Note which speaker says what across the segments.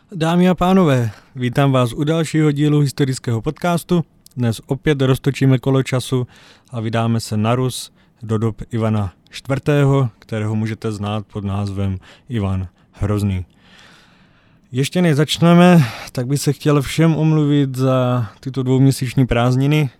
Speaker 1: Dámy a pánové, vítám vás u dalšího dílu historického podcastu. Dnes opět roztočíme kolo času a vydáme se na Rus do dob Ivana IV., kterého můžete znát pod názvem Ivan Hrozný. Ještě než začneme, tak bych se chtěl všem omluvit za tyto dvouměsíční prázdniny,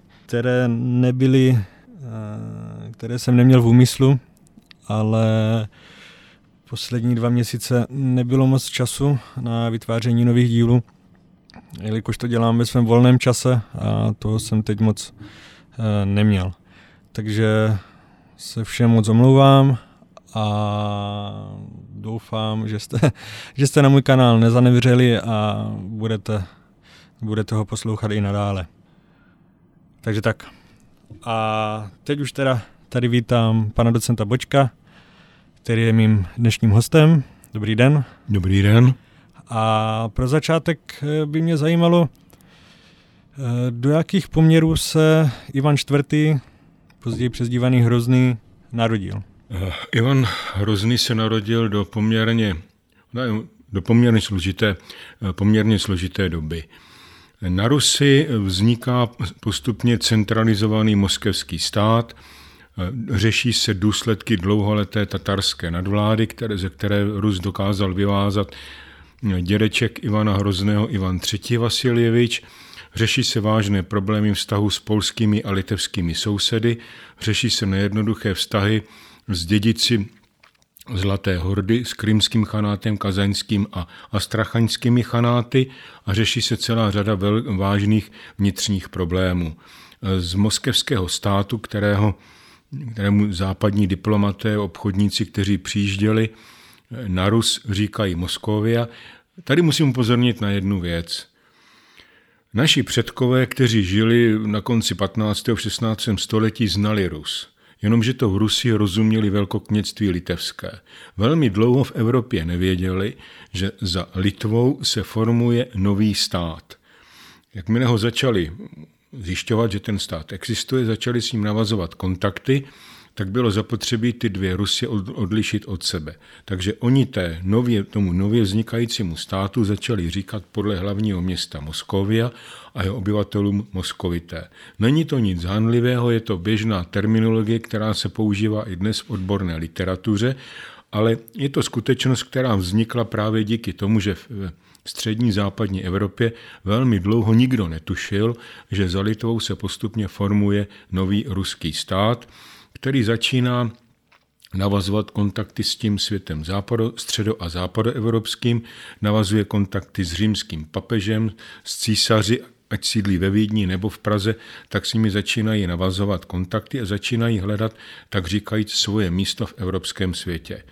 Speaker 1: které jsem neměl v úmyslu, ale poslední 2 měsíce nebylo moc času na vytváření nových dílů, jelikož to dělám ve svém volném čase a toho jsem teď moc neměl. Takže se všem moc omlouvám a doufám, že jste na můj kanál nezanevřeli a budete ho poslouchat i nadále. Takže tak. A teď už tady vítám pana docenta Bočka, který je mým dnešním hostem. Dobrý den.
Speaker 2: Dobrý den.
Speaker 1: A pro začátek by mě zajímalo, do jakých poměrů se Ivan IV., později přezdívaný Hrozný, narodil?
Speaker 2: Ivan Hrozný se narodil do poměrně složité doby. Na Rusi vzniká postupně centralizovaný moskevský stát, řeší se důsledky dlouholeté tatarské nadvlády, ze které Rus dokázal vyvázat dědeček Ivana Hrozného Ivan III. Vasiljevič. Řeší se vážné problémy vztahu s polskými a litevskými sousedy, řeší se nejednoduché vztahy s dědici Zlaté Hordy, s krymským chanátem, kazaňským a astrachaňskými chanáty a řeší se celá řada vážných vnitřních problémů. Z moskevského státu, kterému západní diplomaté, obchodníci, kteří přijížděli na Rus, říkají Moskovia. Tady musím upozornit na jednu věc. Naši předkové, kteří žili na konci 15. a 16. století, znali Rus. Jenomže to v Rusii rozuměli velkokněžství litevské. Velmi dlouho v Evropě nevěděli, že za Litvou se formuje nový stát. Jakmile ho začali zjišťovat, že ten stát existuje, začali s ním navazovat kontakty, tak bylo zapotřebí ty dvě Rusy odlišit od sebe. Takže oni tomu nově vznikajícímu státu začali říkat podle hlavního města Moskovia a jeho obyvatelům Moskovité. Není to nic hanlivého, je to běžná terminologie, která se používá i dnes v odborné literatuře, ale je to skutečnost, která vznikla právě díky tomu, že v střední západní Evropě velmi dlouho nikdo netušil, že za Litvou se postupně formuje nový ruský stát, který začíná navazovat kontakty s tím světem středo- a západoevropským, navazuje kontakty s římským papežem, s císaři, ať sídlí ve Vídni nebo v Praze, tak s nimi začínají navazovat kontakty a začínají hledat, tak říkajíc, svoje místo v evropském světě.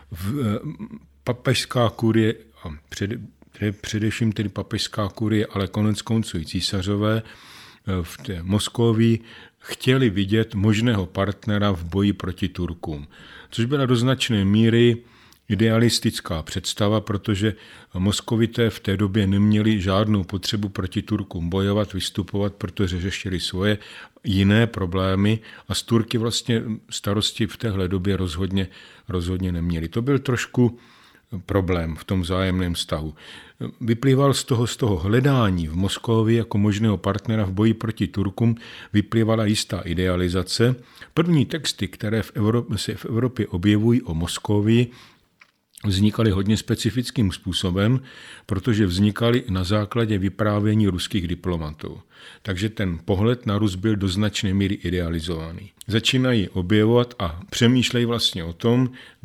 Speaker 2: Papežská kurie, především tedy papežská kurie, ale konec konců i císařové v té Moskovii chtěli vidět možného partnera v boji proti Turkům, což byla do značné míry idealistická představa, protože Moskovité v té době neměli žádnou potřebu proti Turkům bojovat, vystupovat, protože řešili svoje jiné problémy a s Turky vlastně starosti v téhle době rozhodně neměli. To byl trošku problém v tom vzájemném vztahu. Vyplýval z toho hledání v Moskovii jako možného partnera v boji proti Turkům, vyplývala jistá idealizace. První texty, které se v Evropě objevují o Moskovii, vznikaly hodně specifickým způsobem, protože vznikaly na základě vyprávění ruských diplomatů. Takže ten pohled na Rus byl do značné míry idealizovaný. Začínají objevovat a přemýšlejí vlastně o tom,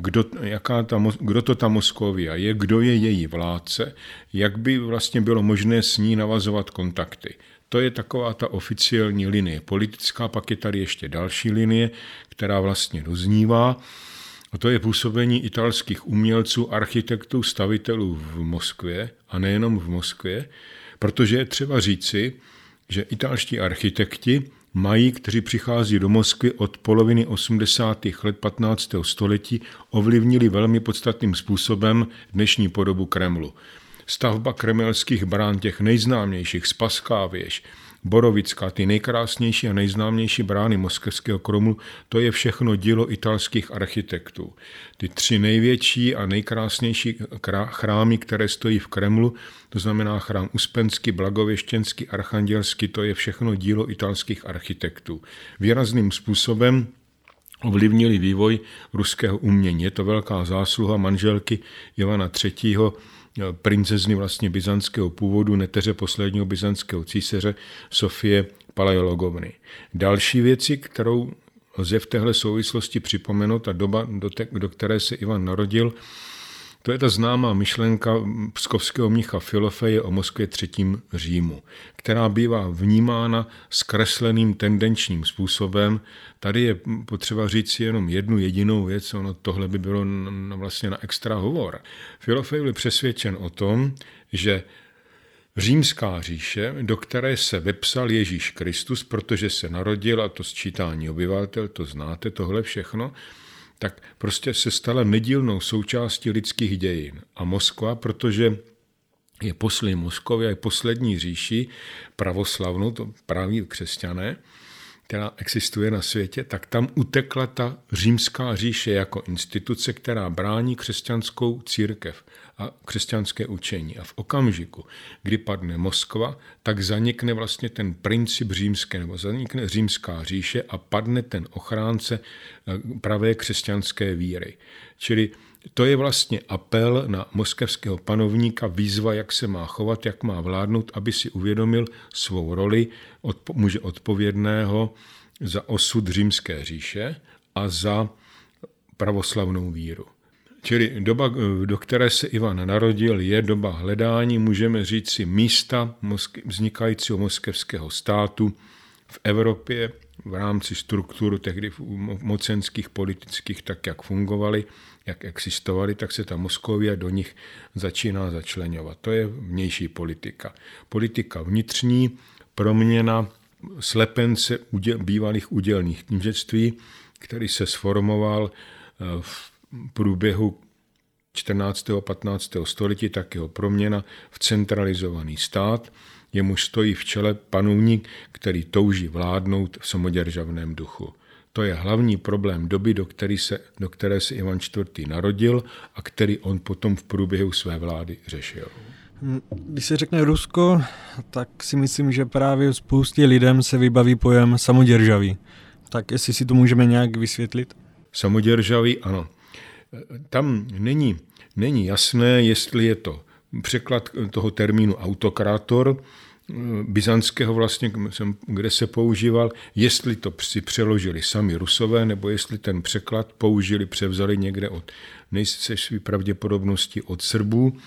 Speaker 2: kdo to ta Moskovia je, kdo je její vládce, jak by vlastně bylo možné s ní navazovat kontakty. To je taková ta oficiální linie politická, pak je tady ještě další linie, která vlastně doznívá. A to je působení italských umělců, architektů, stavitelů v Moskvě a nejenom v Moskvě, protože je třeba říci, že italští architekti kteří přichází do Moskvy od poloviny 80. let 15. století, ovlivnili velmi podstatným způsobem dnešní podobu Kremlu. Stavba kremelských brán, těch nejznámějších, Spaská věž, Borovická, ty nejkrásnější a nejznámější brány moskevského Kremlu, to je všechno dílo italských architektů. Ty 3 největší a nejkrásnější chrámy, které stojí v Kremlu, to znamená chrám Uspenský, Blagověštěnský, Archandělský, to je všechno dílo italských architektů. Výrazným způsobem ovlivnili vývoj ruského umění. Je to velká zásluha manželky Ivana III., princezny vlastně byzantského původu, neteře posledního byzantského císaře Sofie Palaiologovny. Další věci, kterou lze v téhle souvislosti připomenout, a doba, do které se Ivan narodil, to je ta známá myšlenka pskovského mnicha Filofeje o Moskvě třetím Římu, která bývá vnímána zkresleným tendenčním způsobem. Tady je potřeba říct jenom jednu jedinou věc, ono tohle by bylo vlastně na extra hovor. Filofej byl přesvědčen o tom, že Římská říše, do které se vepsal Ježíš Kristus, protože se narodil, a to sčítání obyvatel, to znáte, tohle všechno, tak prostě se stala nedílnou součástí lidských dějin. A Moskva, protože je Moskovia je poslední říši pravoslavnou, to praví křesťané, která existuje na světě, tak tam utekla ta Římská říše jako instituce, která brání křesťanskou církev a křesťanské učení. A v okamžiku, kdy padne Moskva, tak zanikne vlastně ten princip římské, nebo zanikne Římská říše a padne ten ochránce pravé křesťanské víry. Čili to je vlastně apel na moskevského panovníka, výzva, jak se má chovat, jak má vládnout, aby si uvědomil svou roli muže odpovědného za osud Římské říše a za pravoslavnou víru. Čili doba, do které se Ivan narodil, je doba hledání, můžeme říct si, místa vznikajícího moskevského státu v Evropě v rámci struktur tehdy mocenských, politických, tak jak fungovaly, jak existovaly, tak se ta Moskovia do nich začíná začleňovat. To je vnější politika. Politika vnitřní, proměna slepence bývalých udělných knížectví, který se sformoval v průběhu 14. a 15. století, tak jeho proměna v centralizovaný stát, jemuž stojí v čele panovník, který touží vládnout v samoděržavném duchu. To je hlavní problém doby, do které se Ivan IV. Narodil a který on potom v průběhu své vlády řešil.
Speaker 1: Když se řekne Rusko, tak si myslím, že právě spoustě lidem se vybaví pojem samoděržaví. Tak jestli si to můžeme nějak vysvětlit?
Speaker 2: Samoděržaví, ano. Tam není jasné, jestli je to překlad toho termínu autokrátor, byzantského vlastně, kde se používal, jestli to si přeložili sami Rusové, nebo jestli ten překlad převzali někde od nejsešší pravděpodobnosti od Srbů.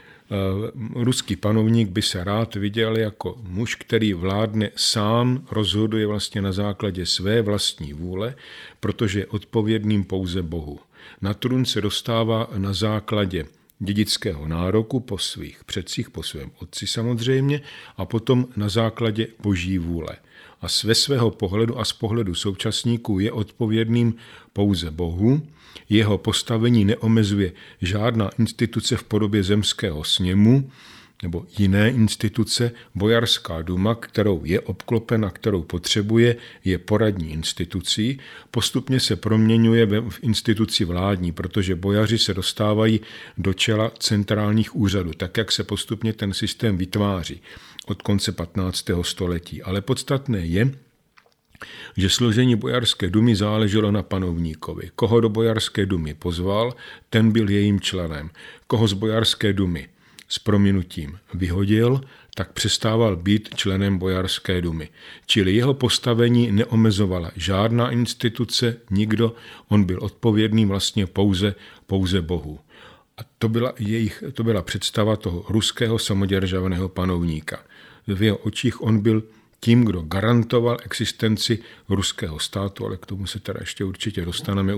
Speaker 2: Ruský panovník by se rád viděl jako muž, který vládne sám, rozhoduje vlastně na základě své vlastní vůle, protože je odpovědným pouze Bohu. Na trůn se dostává na základě dědického nároku po svých předcích, po svém otci samozřejmě, a potom na základě boží vůle. A ze svého pohledu a z pohledu současníků je odpovědným pouze Bohu. Jeho postavení neomezuje žádná instituce v podobě zemského sněmu nebo jiné instituce. Bojarská duma, kterou je obklopena, kterou potřebuje, je poradní institucí. Postupně se proměňuje v instituci vládní, protože bojaři se dostávají do čela centrálních úřadů, tak jak se postupně ten systém vytváří od konce 15. století. Ale podstatné je, že složení bojarské dumy záleželo na panovníkovi. Koho do bojarské dumy pozval, ten byl jejím členem. Koho z bojarské dumy s prominutím vyhodil, tak přestával být členem bojarské dumy. Čili jeho postavení neomezovala žádná instituce, nikdo, on byl odpovědný vlastně pouze Bohu. A to byla představa toho ruského samoděržavného panovníka. V jeho očích on byl tím, kdo garantoval existenci ruského státu, ale k tomu se teda ještě určitě dostaneme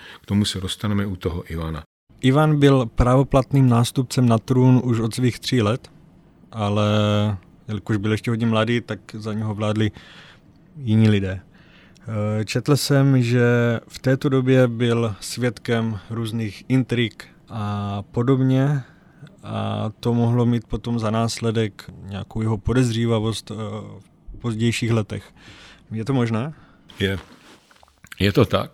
Speaker 2: u toho Ivana.
Speaker 1: Ivan byl právoplatným nástupcem na trůn už od svých 3 let, ale jelikož byl ještě hodně mladý, tak za něho vládli jiní lidé. Četl jsem, že v této době byl svědkem různých intrik a podobně, a to mohlo mít potom za následek nějakou jeho podezřívavost v pozdějších letech. Je to možné?
Speaker 2: Je to tak.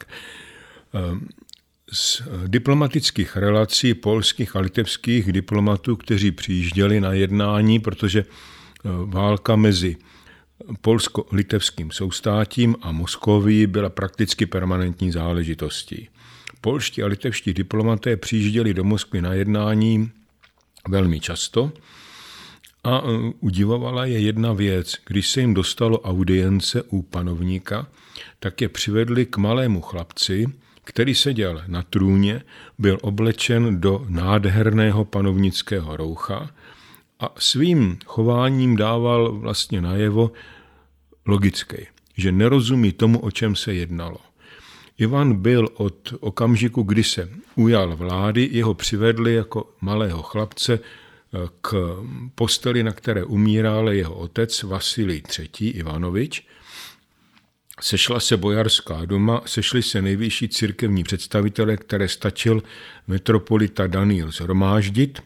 Speaker 2: Z diplomatických relací polských a litevských diplomatů, kteří přijížděli na jednání, protože válka mezi polsko-litevským soustátím a Moskovií byla prakticky permanentní záležitostí. Polští a litevští diplomaté přijížděli do Moskvy na jednání velmi často a udivovala je jedna věc. Když se jim dostalo audience u panovníka, tak je přivedli k malému chlapci, který seděl na trůně, byl oblečen do nádherného panovnického roucha a svým chováním dával vlastně najevo logicky, že nerozumí tomu, o čem se jednalo. Ivan byl od okamžiku, kdy se ujal vlády, jeho přivedli jako malého chlapce k posteli, na které umíral jeho otec Vasilij III. Ivanovič. Sešla se bojarská duma, sešli se nejvyšší církevní představitelé, které stačil metropolita Daniil shromáždit.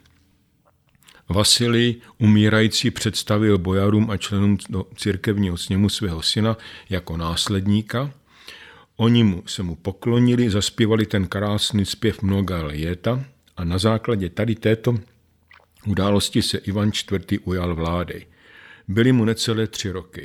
Speaker 2: Vasilij umírající představil bojarům a členům církevního sněmu svého syna jako následníka. Oni se mu poklonili, zaspívali ten krásný zpěv Mnoga léta a na základě tady této události se Ivan IV. Ujal vlády. Byly mu necelé 3 roky.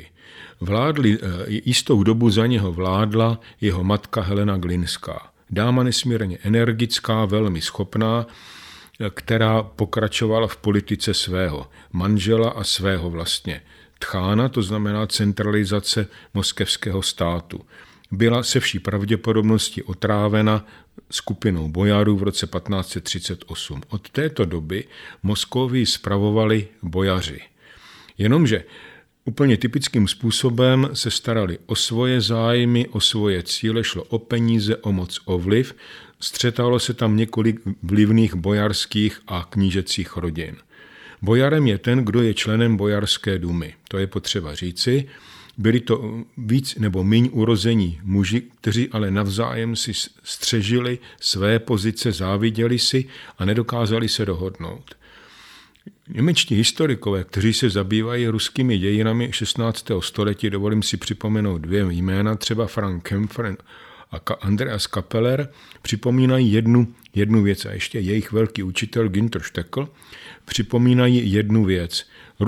Speaker 2: Jistou dobu za něho vládla jeho matka Helena Glinská. Dáma nesmírně energická, velmi schopná, která pokračovala v politice svého manžela a svého vlastně tchána, to znamená centralizace moskevského státu. Byla se vší pravděpodobností otrávena skupinou bojarů v roce 1538. Od této doby Moskovii spravovali bojaři. Jenomže úplně typickým způsobem se starali o svoje zájmy, o svoje cíle, šlo o peníze, o moc, o vliv. Střetalo se tam několik vlivných bojarských a knížecích rodin. Bojarem je ten, kdo je členem bojarské dumy. To je potřeba říci. Byli to víc nebo míň urození muži, kteří ale navzájem si střežili své pozice, záviděli si a nedokázali se dohodnout. Němečtí historikové, kteří se zabývají ruskými dějinami 16. století, dovolím si připomenout 2 jména, třeba Frank Kempfer a Andreas Kappeler, připomínají jednu věc a ještě jejich velký učitel Günther Steckl připomínají jednu věc.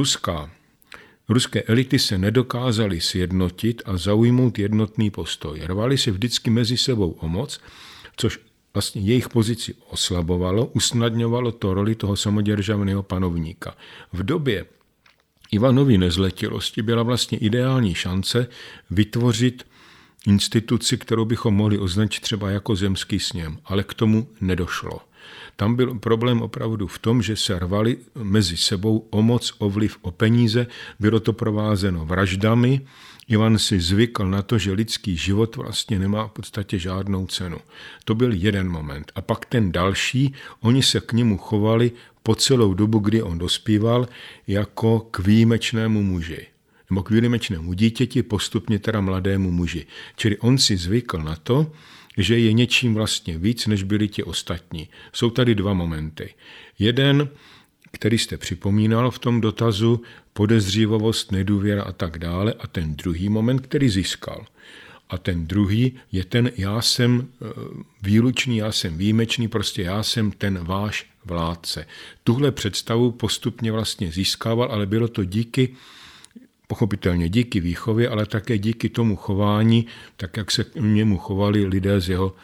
Speaker 2: Ruské elity se nedokázaly sjednotit a zaujmout jednotný postoj. Rvali se vždycky mezi sebou o moc, což vlastně jejich pozici oslabovalo, usnadňovalo to roli toho samoděržavného panovníka. V době Ivanovy nezletilosti byla vlastně ideální šance vytvořit instituci, kterou bychom mohli označit třeba jako zemský sněm, ale k tomu nedošlo. Tam byl problém opravdu v tom, že se rvali mezi sebou o moc, o vliv, o peníze, bylo to provázeno vraždami. Ivan si zvykl na to, že lidský život vlastně nemá v podstatě žádnou cenu. To byl jeden moment. A pak ten další, oni se k němu chovali po celou dobu, kdy on dospíval, jako k výjimečnému muži. Nebo k výjimečnému dítěti, postupně teda mladému muži. Čili on si zvykl na to, že je něčím vlastně víc, než byli ti ostatní. Jsou tady 2 momenty. Jeden, který jste připomínal v tom dotazu, podezřívost, nedůvěra a tak dále, a ten druhý moment, který získal. A ten druhý je ten, já jsem výlučný, já jsem výjimečný, prostě já jsem ten váš vládce. Tuhle představu postupně vlastně získával, ale bylo to pochopitelně díky výchově, ale také díky tomu chování, tak jak se k němu chovali lidé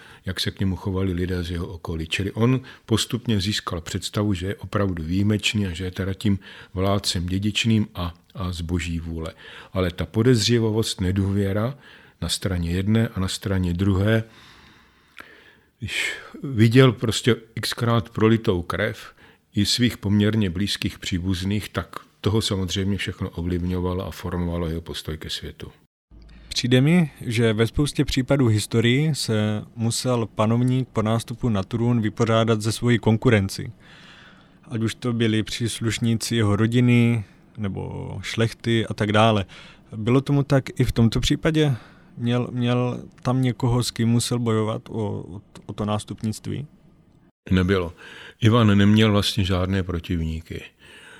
Speaker 2: z jeho okolí. Čili on postupně získal představu, že je opravdu výjimečný a že je teda tím vládcem dědičným a z boží vůle. Ale ta podezřivost, nedůvěra na straně jedné a na straně druhé, když viděl prostě xkrát prolitou krev i svých poměrně blízkých příbuzných, tak toho samozřejmě všechno ovlivňovalo a formovalo jeho postoj ke světu.
Speaker 1: Přijde mi, že ve spoustě případů historii se musel panovník po nástupu na trůn vypořádat ze svojí konkurenci. Ať už to byli příslušníci jeho rodiny nebo šlechty a tak dále. Bylo tomu tak i v tomto případě? Měl tam někoho, s kým musel bojovat o to nástupnictví?
Speaker 2: Nebylo. Ivan neměl vlastně žádné protivníky.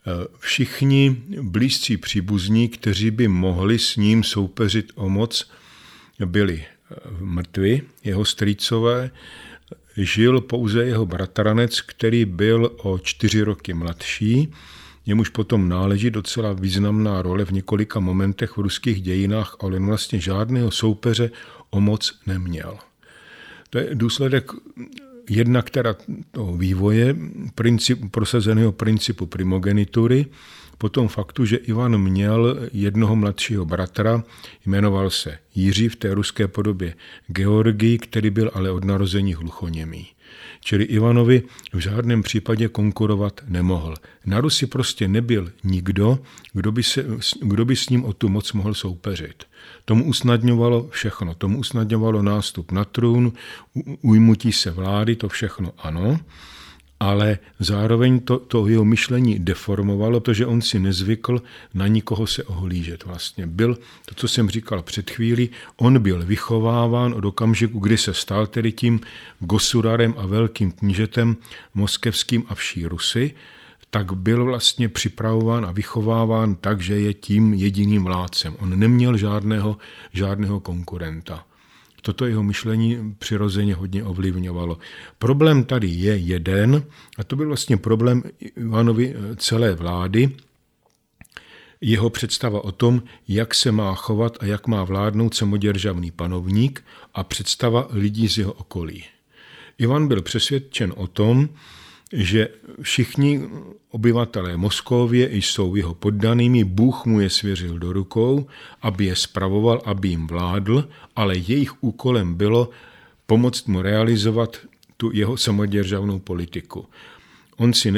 Speaker 2: Všichni blízcí příbuzní, kteří by mohli s ním soupeřit o moc, byli mrtvi, jeho strýcové. Žil pouze jeho bratranec, který byl o 4 roky mladší. Jemuž potom náleží docela významná role v několika momentech v ruských dějinách, ale on vlastně žádného soupeře o moc neměl. To je důsledek jednak teda toho vývoje, prosazeného principu primogenitury, potom faktu, že Ivan měl jednoho mladšího bratra, jmenoval se Jiří, v té ruské podobě Georgij, který byl ale od narození hluchoněmý. Čili Ivanovi v žádném případě konkurovat nemohl. Na Rusi prostě nebyl nikdo, kdo by s ním o tu moc mohl soupeřit. Tomu usnadňovalo všechno. Tomu usnadňovalo nástup na trůn, ujmutí se vlády, to všechno ano, ale zároveň to jeho myšlení deformovalo, protože on si nezvykl na nikoho se ohlížet. Vlastně byl, to, co jsem říkal před chvílí, on byl vychováván od okamžiku, kdy se stal tedy tím gosurarem a velkým knížetem moskevským a vší Rusy, tak byl vlastně připravován a vychováván tak, že je tím jediným vládcem. On neměl žádného konkurenta. Toto jeho myšlení přirozeně hodně ovlivňovalo. Problém tady je jeden, a to byl vlastně problém Ivanovi celé vlády, jeho představa o tom, jak se má chovat a jak má vládnout samoděržavný panovník a představa lidí z jeho okolí. Ivan byl přesvědčen o tom, že všichni obyvatelé Moskovie jsou jeho poddanými, Bůh mu je svěřil do rukou, aby je spravoval, aby jim vládl, ale jejich úkolem bylo pomoct mu realizovat tu jeho samoděržavnou politiku. On si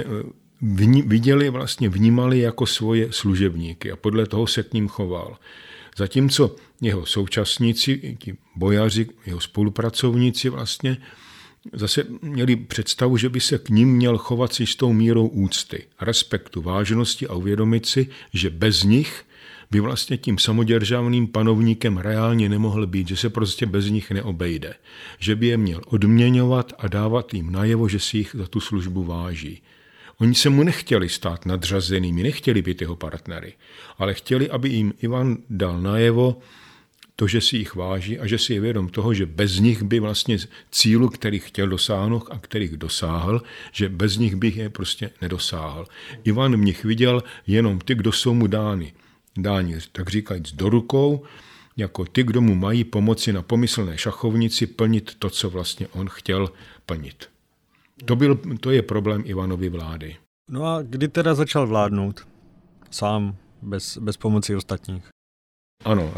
Speaker 2: vnímali jako svoje služebníky a podle toho se k ním choval. Zatímco jeho současníci, ti bojaři, jeho spolupracovníci vlastně zase měli představu, že by se k ním měl chovat s jistou mírou úcty, respektu, vážnosti a uvědomit si, že bez nich by vlastně tím samoděržavným panovníkem reálně nemohl být, že se prostě bez nich neobejde, že by je měl odměňovat a dávat jim najevo, že si jich za tu službu váží. Oni se mu nechtěli stát nadřazenými, nechtěli být jeho partnery, ale chtěli, aby jim Ivan dal najevo to, že si jich váží a že si je vědom toho, že bez nich by vlastně cílu, kterých chtěl dosáhnout a kterých dosáhl, že bez nich by je prostě nedosáhl. Ivan v nich viděl jenom ty, kdo jsou mu dáni, tak říkajíc, do rukou, jako ty, kdo mu mají pomoci na pomyslné šachovnici plnit to, co vlastně on chtěl plnit. To je problém Ivanovy vlády.
Speaker 1: No a kdy teda začal vládnout? Sám, bez pomoci ostatních?
Speaker 2: Ano,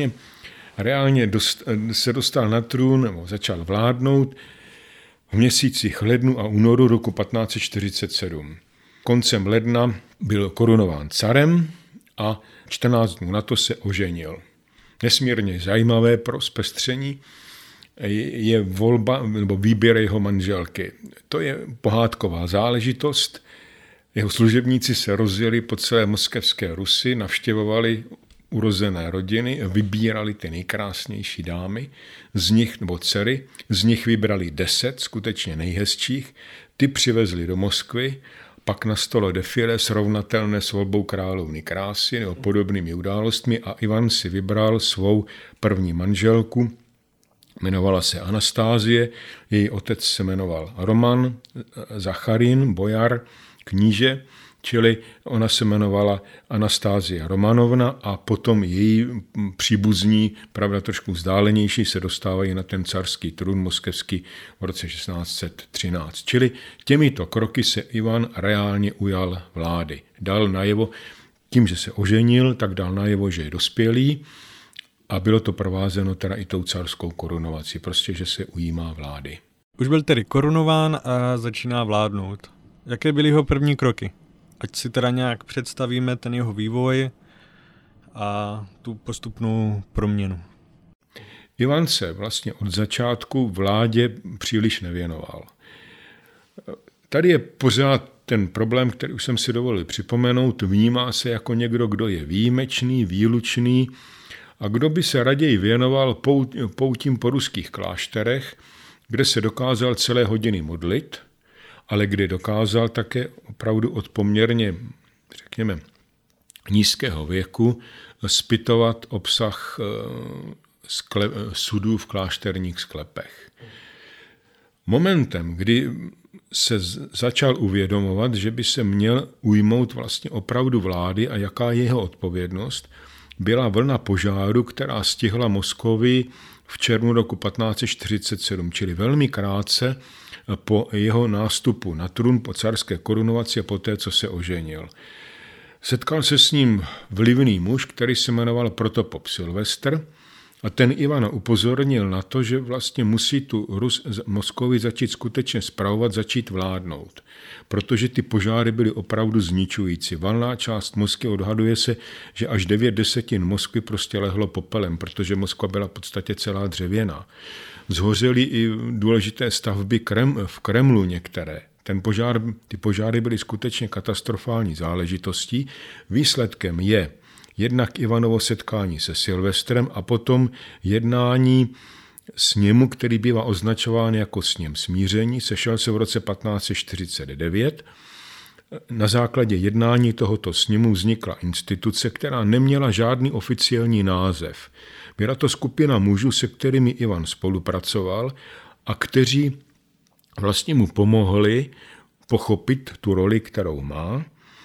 Speaker 2: reálně se dostal na trůn, nebo začal vládnout v měsících lednu a únoru roku 1547. Koncem ledna byl korunován carem a 14 dnů na to se oženil. Nesmírně zajímavé pro zpestření je volba nebo výběr jeho manželky. To je pohádková záležitost. Jeho služebníci se rozjeli po celé moskevské Rusi, navštěvovali urozené rodiny, vybírali ty nejkrásnější dámy, z nich, nebo dcery, z nich vybrali 10 skutečně nejhezčích, ty přivezli do Moskvy, pak nastalo defile srovnatelné s volbou královny krásy nebo podobnými událostmi a Ivan si vybral svou první manželku, jmenovala se Anastázie, její otec se jmenoval Roman, Zacharin, bojar, kníže, čili ona se jmenovala Anastázie Romanovna a potom její příbuzní, pravda trošku vzdálenější, se dostávají na ten carský trůn moskevský v roce 1613. Čili těmito kroky se Ivan reálně ujal vlády. Dal najevo, tím, že se oženil, tak dal najevo, že je dospělý a bylo to provázeno teda i tou carskou korunovací, prostě, že se ujímá vlády.
Speaker 1: Už byl tedy korunován a začíná vládnout. Jaké byly jeho první kroky? Ať si teda nějak představíme ten jeho vývoj a tu postupnou proměnu.
Speaker 2: Ivan se vlastně od začátku vládě příliš nevěnoval. Tady je pořád ten problém, který už jsem si dovolil připomenout, vnímá se jako někdo, kdo je výjimečný, výlučný a kdo by se raději věnoval poutím po ruských klášterech, kde se dokázal celé hodiny modlit, ale kde dokázal také opravdu od poměrně řekněme, nízkého věku zpytovat obsah sudů v klášterních sklepech. Momentem, kdy se začal uvědomovat, že by se měl ujmout vlastně opravdu vlády a jaká je jeho odpovědnost, byla vlna požáru, která stihla Moskovii v červnu roku 1547, čili velmi krátce po jeho nástupu na trůn, po carské korunovaci a poté, co se oženil. Setkal se s ním vlivný muž, který se jmenoval Protopop Silvestr, a ten Ivana upozornil na to, že vlastně musí tu Moskvi začít skutečně spravovat, začít vládnout. Protože ty požáry byly opravdu zničující. Valná část Moskvy odhaduje se, že až 9/10 Moskvy prostě lehlo popelem, protože Moskva byla v podstatě celá dřevěná. Zhořely i důležité stavby v Kremlu některé. Ty požáry byly skutečně katastrofální záležitostí. Výsledkem je jednak Ivanovo setkání se Silvestrem a potom jednání sněmu, který bývá označován jako sněm smíření, sešel se v roce 1549. Na základě jednání tohoto sněmu vznikla instituce, která neměla žádný oficiální název. Byla to skupina mužů, se kterými Ivan spolupracoval a kteří vlastně mu pomohli pochopit tu roli, kterou má,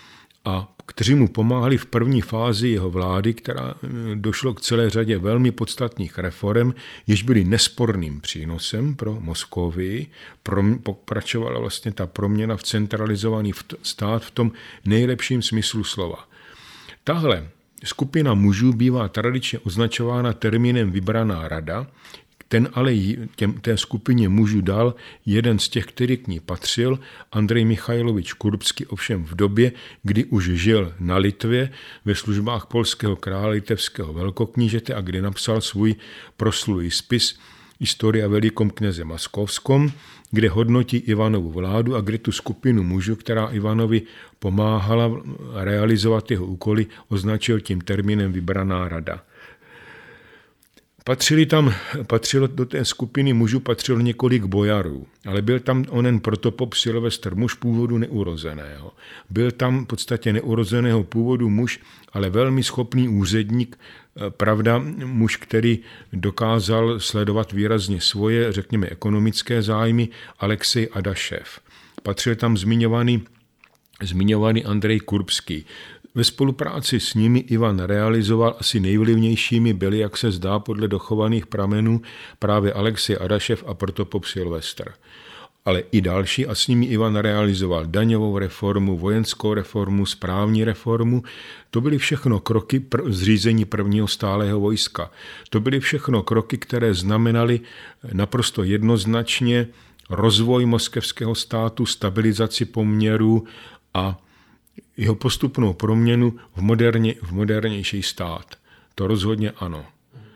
Speaker 2: a kteří mu pomáhali v první fázi jeho vlády, která došlo k celé řadě velmi podstatných reforem, jež byly nesporným přínosem pro Moskovii. Pokračovala vlastně ta proměna v centralizovaný stát v tom nejlepším smyslu slova. Tahle skupina mužů bývá tradičně označována termínem vybraná rada. Ten ale té skupině mužů dal jeden z těch, který k ní patřil, Andrej Michajlovič Kurbský, ovšem v době, kdy už žil na Litvě ve službách polského krále litevského velkoknížete a kdy napsal svůj proslulý spis Historia velikom kněze Maskovskom, kde hodnotí Ivanovu vládu a kde tu skupinu mužů, která Ivanovi pomáhala realizovat jeho úkoly, označil tím termínem vybraná rada. Do té skupiny mužů patřilo několik bojarů, ale byl tam onen Protopop Silvestr, muž původu neurozeného. Byl tam v podstatě neurozeného původu muž, ale velmi schopný úředník, pravda, muž, který dokázal sledovat výrazně svoje, řekněme, ekonomické zájmy, Alexej Adašev. Patřil tam zmiňovaný Andrej Kurbský. Ve spolupráci s nimi Ivan realizoval asi nejvlivnějšími byli, jak se zdá podle dochovaných pramenů, právě Alexej Adašev a Protopop Silvestr. Ale i další a s nimi Ivan realizoval daňovou reformu, vojenskou reformu, správní reformu. To byly všechno kroky zřízení prvního stálého vojska. To byly všechno kroky, které znamenaly naprosto jednoznačně rozvoj moskevského státu, stabilizaci poměrů a jeho postupnou proměnu v modernější stát. To rozhodně ano.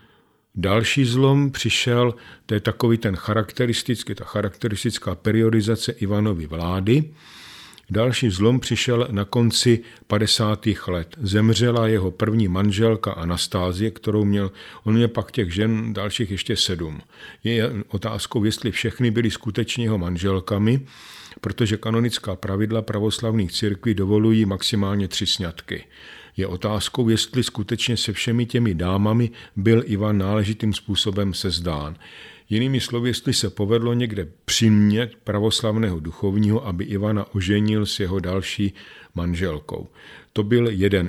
Speaker 2: Další zlom přišel, to je takový ta charakteristická periodizace Ivanovy vlády. Další zlom přišel na konci 50. let. Zemřela jeho první manželka Anastázie, kterou měl, on měl pak těch žen dalších ještě 7. Je otázkou, jestli všechny byly skutečně jeho manželkami, protože kanonická pravidla pravoslavných církví dovolují maximálně 3 sňatky. Je otázkou, jestli skutečně se všemi těmi dámami byl Ivan náležitým způsobem sezdán. Jinými slovy, jestli se povedlo někde přimět pravoslavného duchovního, aby Ivana oženil s jeho další manželkou. To byl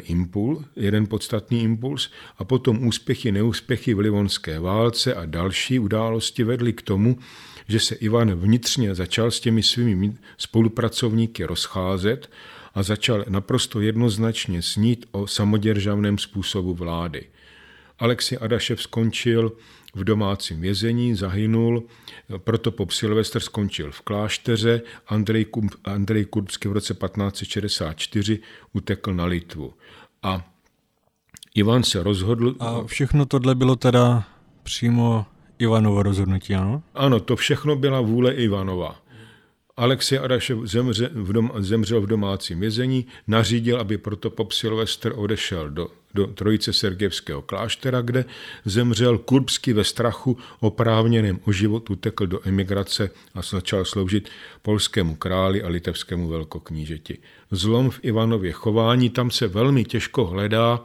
Speaker 2: jeden podstatný impuls a potom úspěchy, neúspěchy v Livonské válce a další události vedly k tomu, že se Ivan vnitřně začal s těmi svými spolupracovníky rozcházet a začal naprosto jednoznačně snít o samoděržavném způsobu vlády. Alexej Adašev skončil v domácím vězení, zahynul, Protopop Silvestr skončil v klášteře, Andrej Kurbský v roce 1564 utekl na Litvu. A Ivan se rozhodl...
Speaker 1: A všechno tohle bylo teda přímo Ivanovo rozhodnutí, ano?
Speaker 2: Ano, to všechno byla vůle Ivanova. Alexej Adašev zemřel v domácím vězení, nařídil, aby Protopop Silvestr odešel do Trojice Sergejevského kláštera, kde zemřel. Kurbský ve strachu oprávněném o život utekl do emigrace a začal sloužit polskému králi a litevskému velkoknížeti. Zlom v Ivanově chování, tam se velmi těžko hledá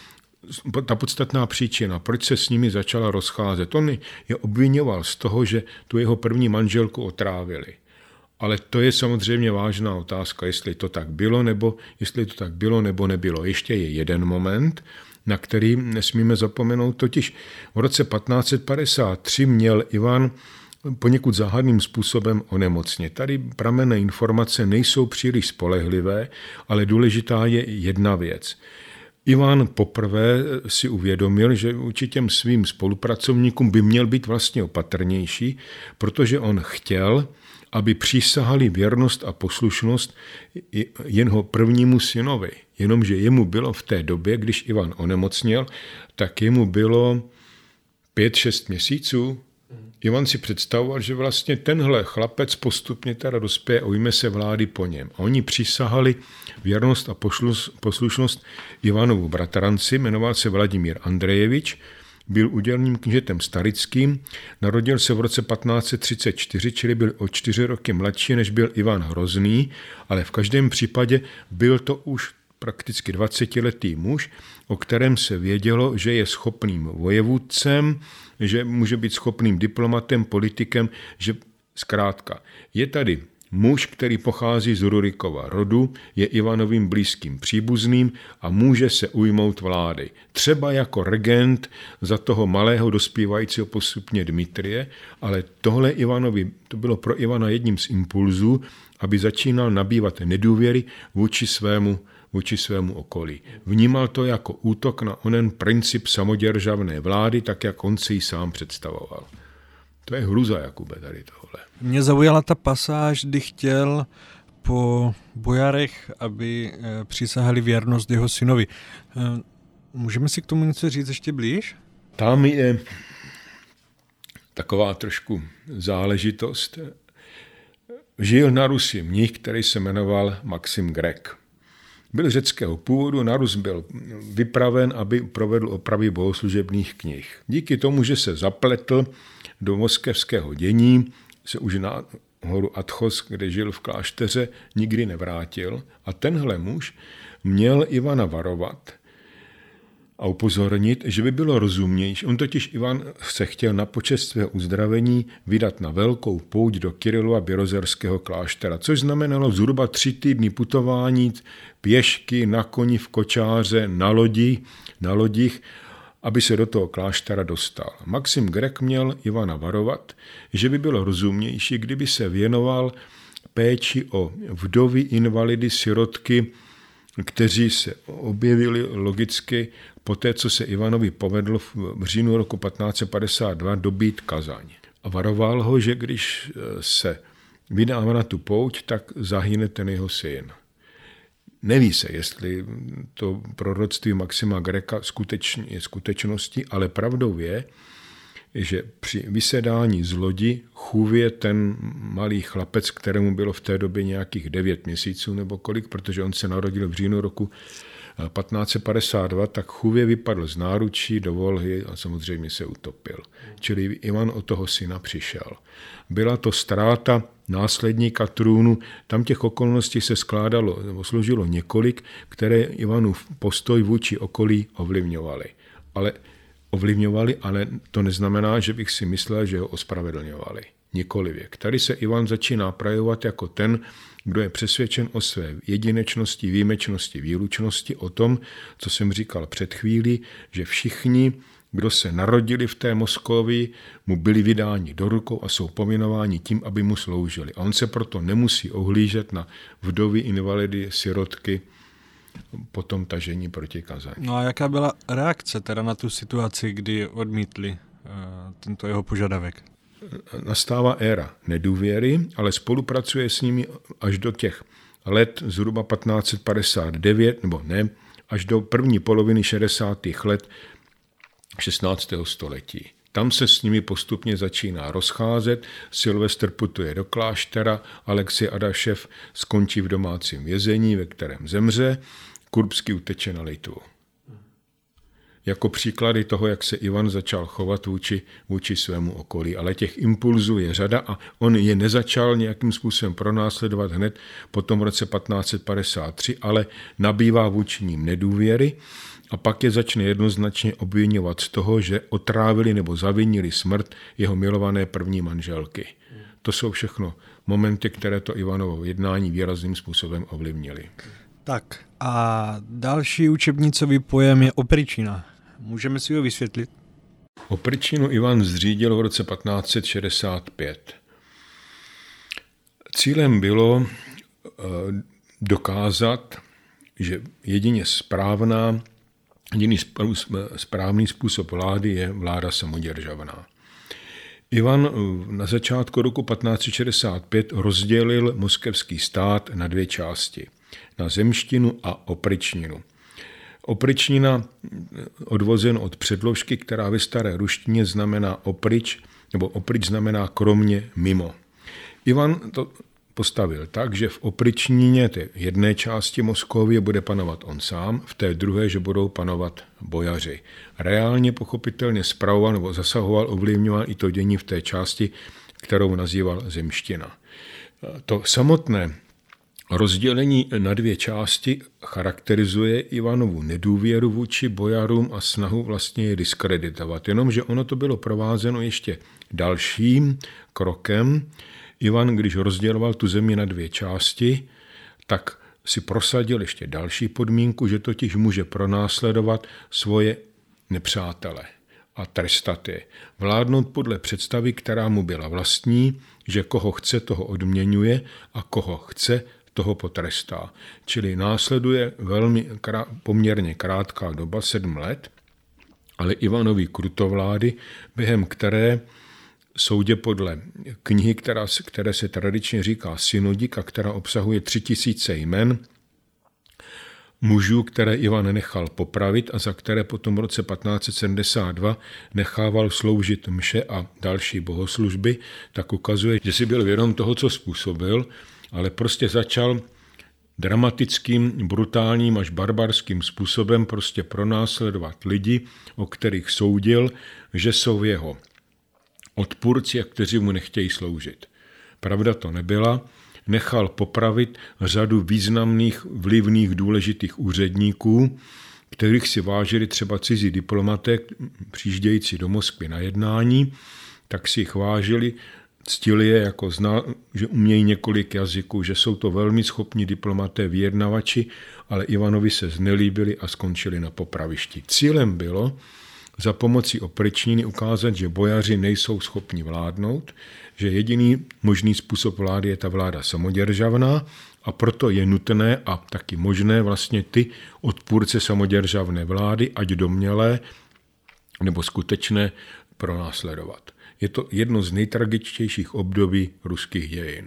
Speaker 2: ta podstatná příčina, proč se s nimi začala rozcházet. On je obvinoval z toho, že tu jeho první manželku otrávili. Ale to je samozřejmě vážná otázka, jestli to tak bylo, nebo nebylo. Ještě je jeden moment, na který nesmíme zapomenout, totiž v roce 1553 měl Ivan poněkud záhadným způsobem onemocnět. Tady pramenné informace nejsou příliš spolehlivé, ale důležitá je jedna věc. Ivan poprvé si uvědomil, že vůči těm svým spolupracovníkům by měl být vlastně opatrnější, protože on chtěl, aby přísahali věrnost a poslušnost jeho prvnímu synovi. Jenomže jemu bylo v té době, když Ivan onemocněl, tak jemu bylo 5-6 měsíců. Ivan si představoval, že vlastně tenhle chlapec postupně teda dospěje a ujme se vlády po něm. A oni přísahali věrnost a poslušnost Ivanovu bratranci, jmenoval se Vladimír Andrejevič, byl udělným knížetem starickým, narodil se v roce 1534, čili byl o 4 roky mladší, než byl Ivan Hrozný, ale v každém případě byl to už prakticky 20letý muž, o kterém se vědělo, že je schopným vojevůdcem, že může být schopným diplomatem, politikem, že zkrátka je tady muž, který pochází z Rurikova rodu, je Ivanovým blízkým příbuzným a může se ujmout vlády. Třeba jako regent za toho malého dospívajícího postupně Dmitrie, ale tohle to bylo pro Ivana jedním z impulzů, aby začínal nabývat nedůvěry vůči svému okolí. Vnímal to jako útok na onen princip samoděržavné vlády, tak jak on si ji sám představoval. To je hruza, Jakube, tady tohle.
Speaker 1: Mě zaujala ta pasáž, kdy chtěl po bojarech, aby přísahali věrnost jeho synovi. Můžeme si k tomu něco říct ještě blíž?
Speaker 2: Tam je taková trošku záležitost. Žil na Rusi mnich, který se jmenoval Maxim Grek. Byl řeckého původu, na Rus byl vypraven, aby provedl opravy bohoslužebných knih. Díky tomu, že se zapletl do moskevského dění, se už na horu Athos, kde žil v klášteře, nikdy nevrátil. A tenhle muž měl Ivana varovat a upozornit, že by bylo rozumnější. On totiž Ivan se chtěl na počest svého uzdravení vydat na velkou pouť do Kirilova Běrozerského kláštera, což znamenalo zhruba 3 týdny putování pěšky, na koni, v kočáře, na lodích, aby se do toho kláštera dostal. Maxim Grek měl Ivana varovat, že by bylo rozumnější, kdyby se věnoval péči o vdovy, invalidy, sirotky, kteří se objevili logicky po té, co se Ivanovi povedlo v říjnu roku 1552 dobít Kazaň. A varoval ho, že když se vydá na tu pouť, tak zahyne ten jeho syn. Neví se, jestli to proroctví Maxima Greka skutečně je skutečností, ale pravdou je, že při vysedání z lodi chůvě ten malý chlapec, kterému bylo v té době nějakých 9 měsíců nebo kolik, protože on se narodil v říjnu roku 1552, tak chůvě vypadl z náručí do volhy a samozřejmě se utopil. Čili Ivan o toho syna přišel. Byla to ztráta následníka trůnu, tam těch okolností se skládalo nebo složilo několik, které Ivanův postoj vůči okolí ovlivňovaly. Ale to neznamená, že bych si myslel, že ho ospravedlňovali. Nikolivěk. Tady se Ivan začíná projevovat jako ten, kdo je přesvědčen o své jedinečnosti, výjimečnosti, výlučnosti, o tom, co jsem říkal před chvílí, že všichni, kdo se narodili v té Moskvě, mu byli vydáni do rukou a jsou pominováni tím, aby mu sloužili. A on se proto nemusí ohlížet na vdovy, invalidy, sirotky, po tom tažení proti Kazani.
Speaker 1: No a jaká byla reakce teda na tu situaci, kdy odmítli tento jeho požadavek?
Speaker 2: Nastává éra nedůvěry, ale spolupracuje s nimi až do těch let zhruba 1559, nebo ne, až do první poloviny 60. let 16. století. Tam se s nimi postupně začíná rozcházet, Silvestr putuje do kláštera, Alexej Adašev skončí v domácím vězení, ve kterém zemře, Kurbský uteče na Litvu. Jako příklady toho, jak se Ivan začal chovat vůči svému okolí. Ale těch impulzů je řada a on je nezačal nějakým způsobem pronásledovat hned potom v roce 1553, ale nabývá vůči ním nedůvěry a pak je začne jednoznačně obviňovat z toho, že otrávili nebo zavinili smrt jeho milované první manželky. To jsou všechno momenty, které to Ivanovo jednání výrazným způsobem ovlivnily.
Speaker 1: Tak a další učebnicový pojem je opričina. Můžeme si ho vysvětlit?
Speaker 2: Opričinu Ivan zřídil v roce 1565. Cílem bylo dokázat, že jediný správný způsob vlády je vláda samoděržavná. Ivan na začátku roku 1565 rozdělil moskevský stát na dvě části. Na zemštinu a opričninu. Opričnina odvozen od předložky, která ve staré ruštině znamená opryč, nebo opryč znamená kromě, mimo. Ivan to postavil tak, že v opričnině té jedné části Moskovie bude panovat on sám, v té druhé, že budou panovat bojaři. Reálně pochopitelně spravoval nebo zasahoval, ovlivňoval i to dění v té části, kterou nazýval zemština. To samotné rozdělení na dvě části charakterizuje Ivanovu nedůvěru vůči bojarům a snahu vlastně je diskreditovat. Jenomže ono to bylo provázeno ještě dalším krokem. Ivan, když rozděloval tu zemi na dvě části, tak si prosadil ještě další podmínku, že totiž může pronásledovat svoje nepřátele a trestat je. Vládnout podle představy, která mu byla vlastní, že koho chce, toho odměňuje a koho chce, toho potrestá. Čili následuje poměrně krátká doba, 7 let, ale Ivanovy krutovlády, během které soudě podle knihy, které se tradičně říká Synodika, která obsahuje 3000 jmen mužů, které Ivan nechal popravit a za které potom v roce 1572 nechával sloužit mše a další bohoslužby, tak ukazuje, že si byl vědom toho, co způsobil, ale prostě začal dramatickým, brutálním až barbarským způsobem prostě pronásledovat lidi, o kterých soudil, že jsou jeho odpůrci a kteří mu nechtějí sloužit. Pravda to nebyla, nechal popravit řadu významných, vlivných, důležitých úředníků, kterých si vážili třeba cizí diplomaté, přijíždějící do Moskvy na jednání, tak si jich vážili, ctili je, jako že umějí několik jazyků, že jsou to velmi schopní diplomaté, vyjednavači, ale Ivanovi se znelíbili a skončili na popravišti. Cílem bylo za pomocí opričniny ukázat, že bojaři nejsou schopni vládnout, že jediný možný způsob vlády je ta vláda samoděržavná a proto je nutné a taky možné vlastně ty odpůrce samoděržavné vlády, ať domnělé nebo skutečné, pronásledovat. Je to jedno z nejtragičtějších období ruských dějin.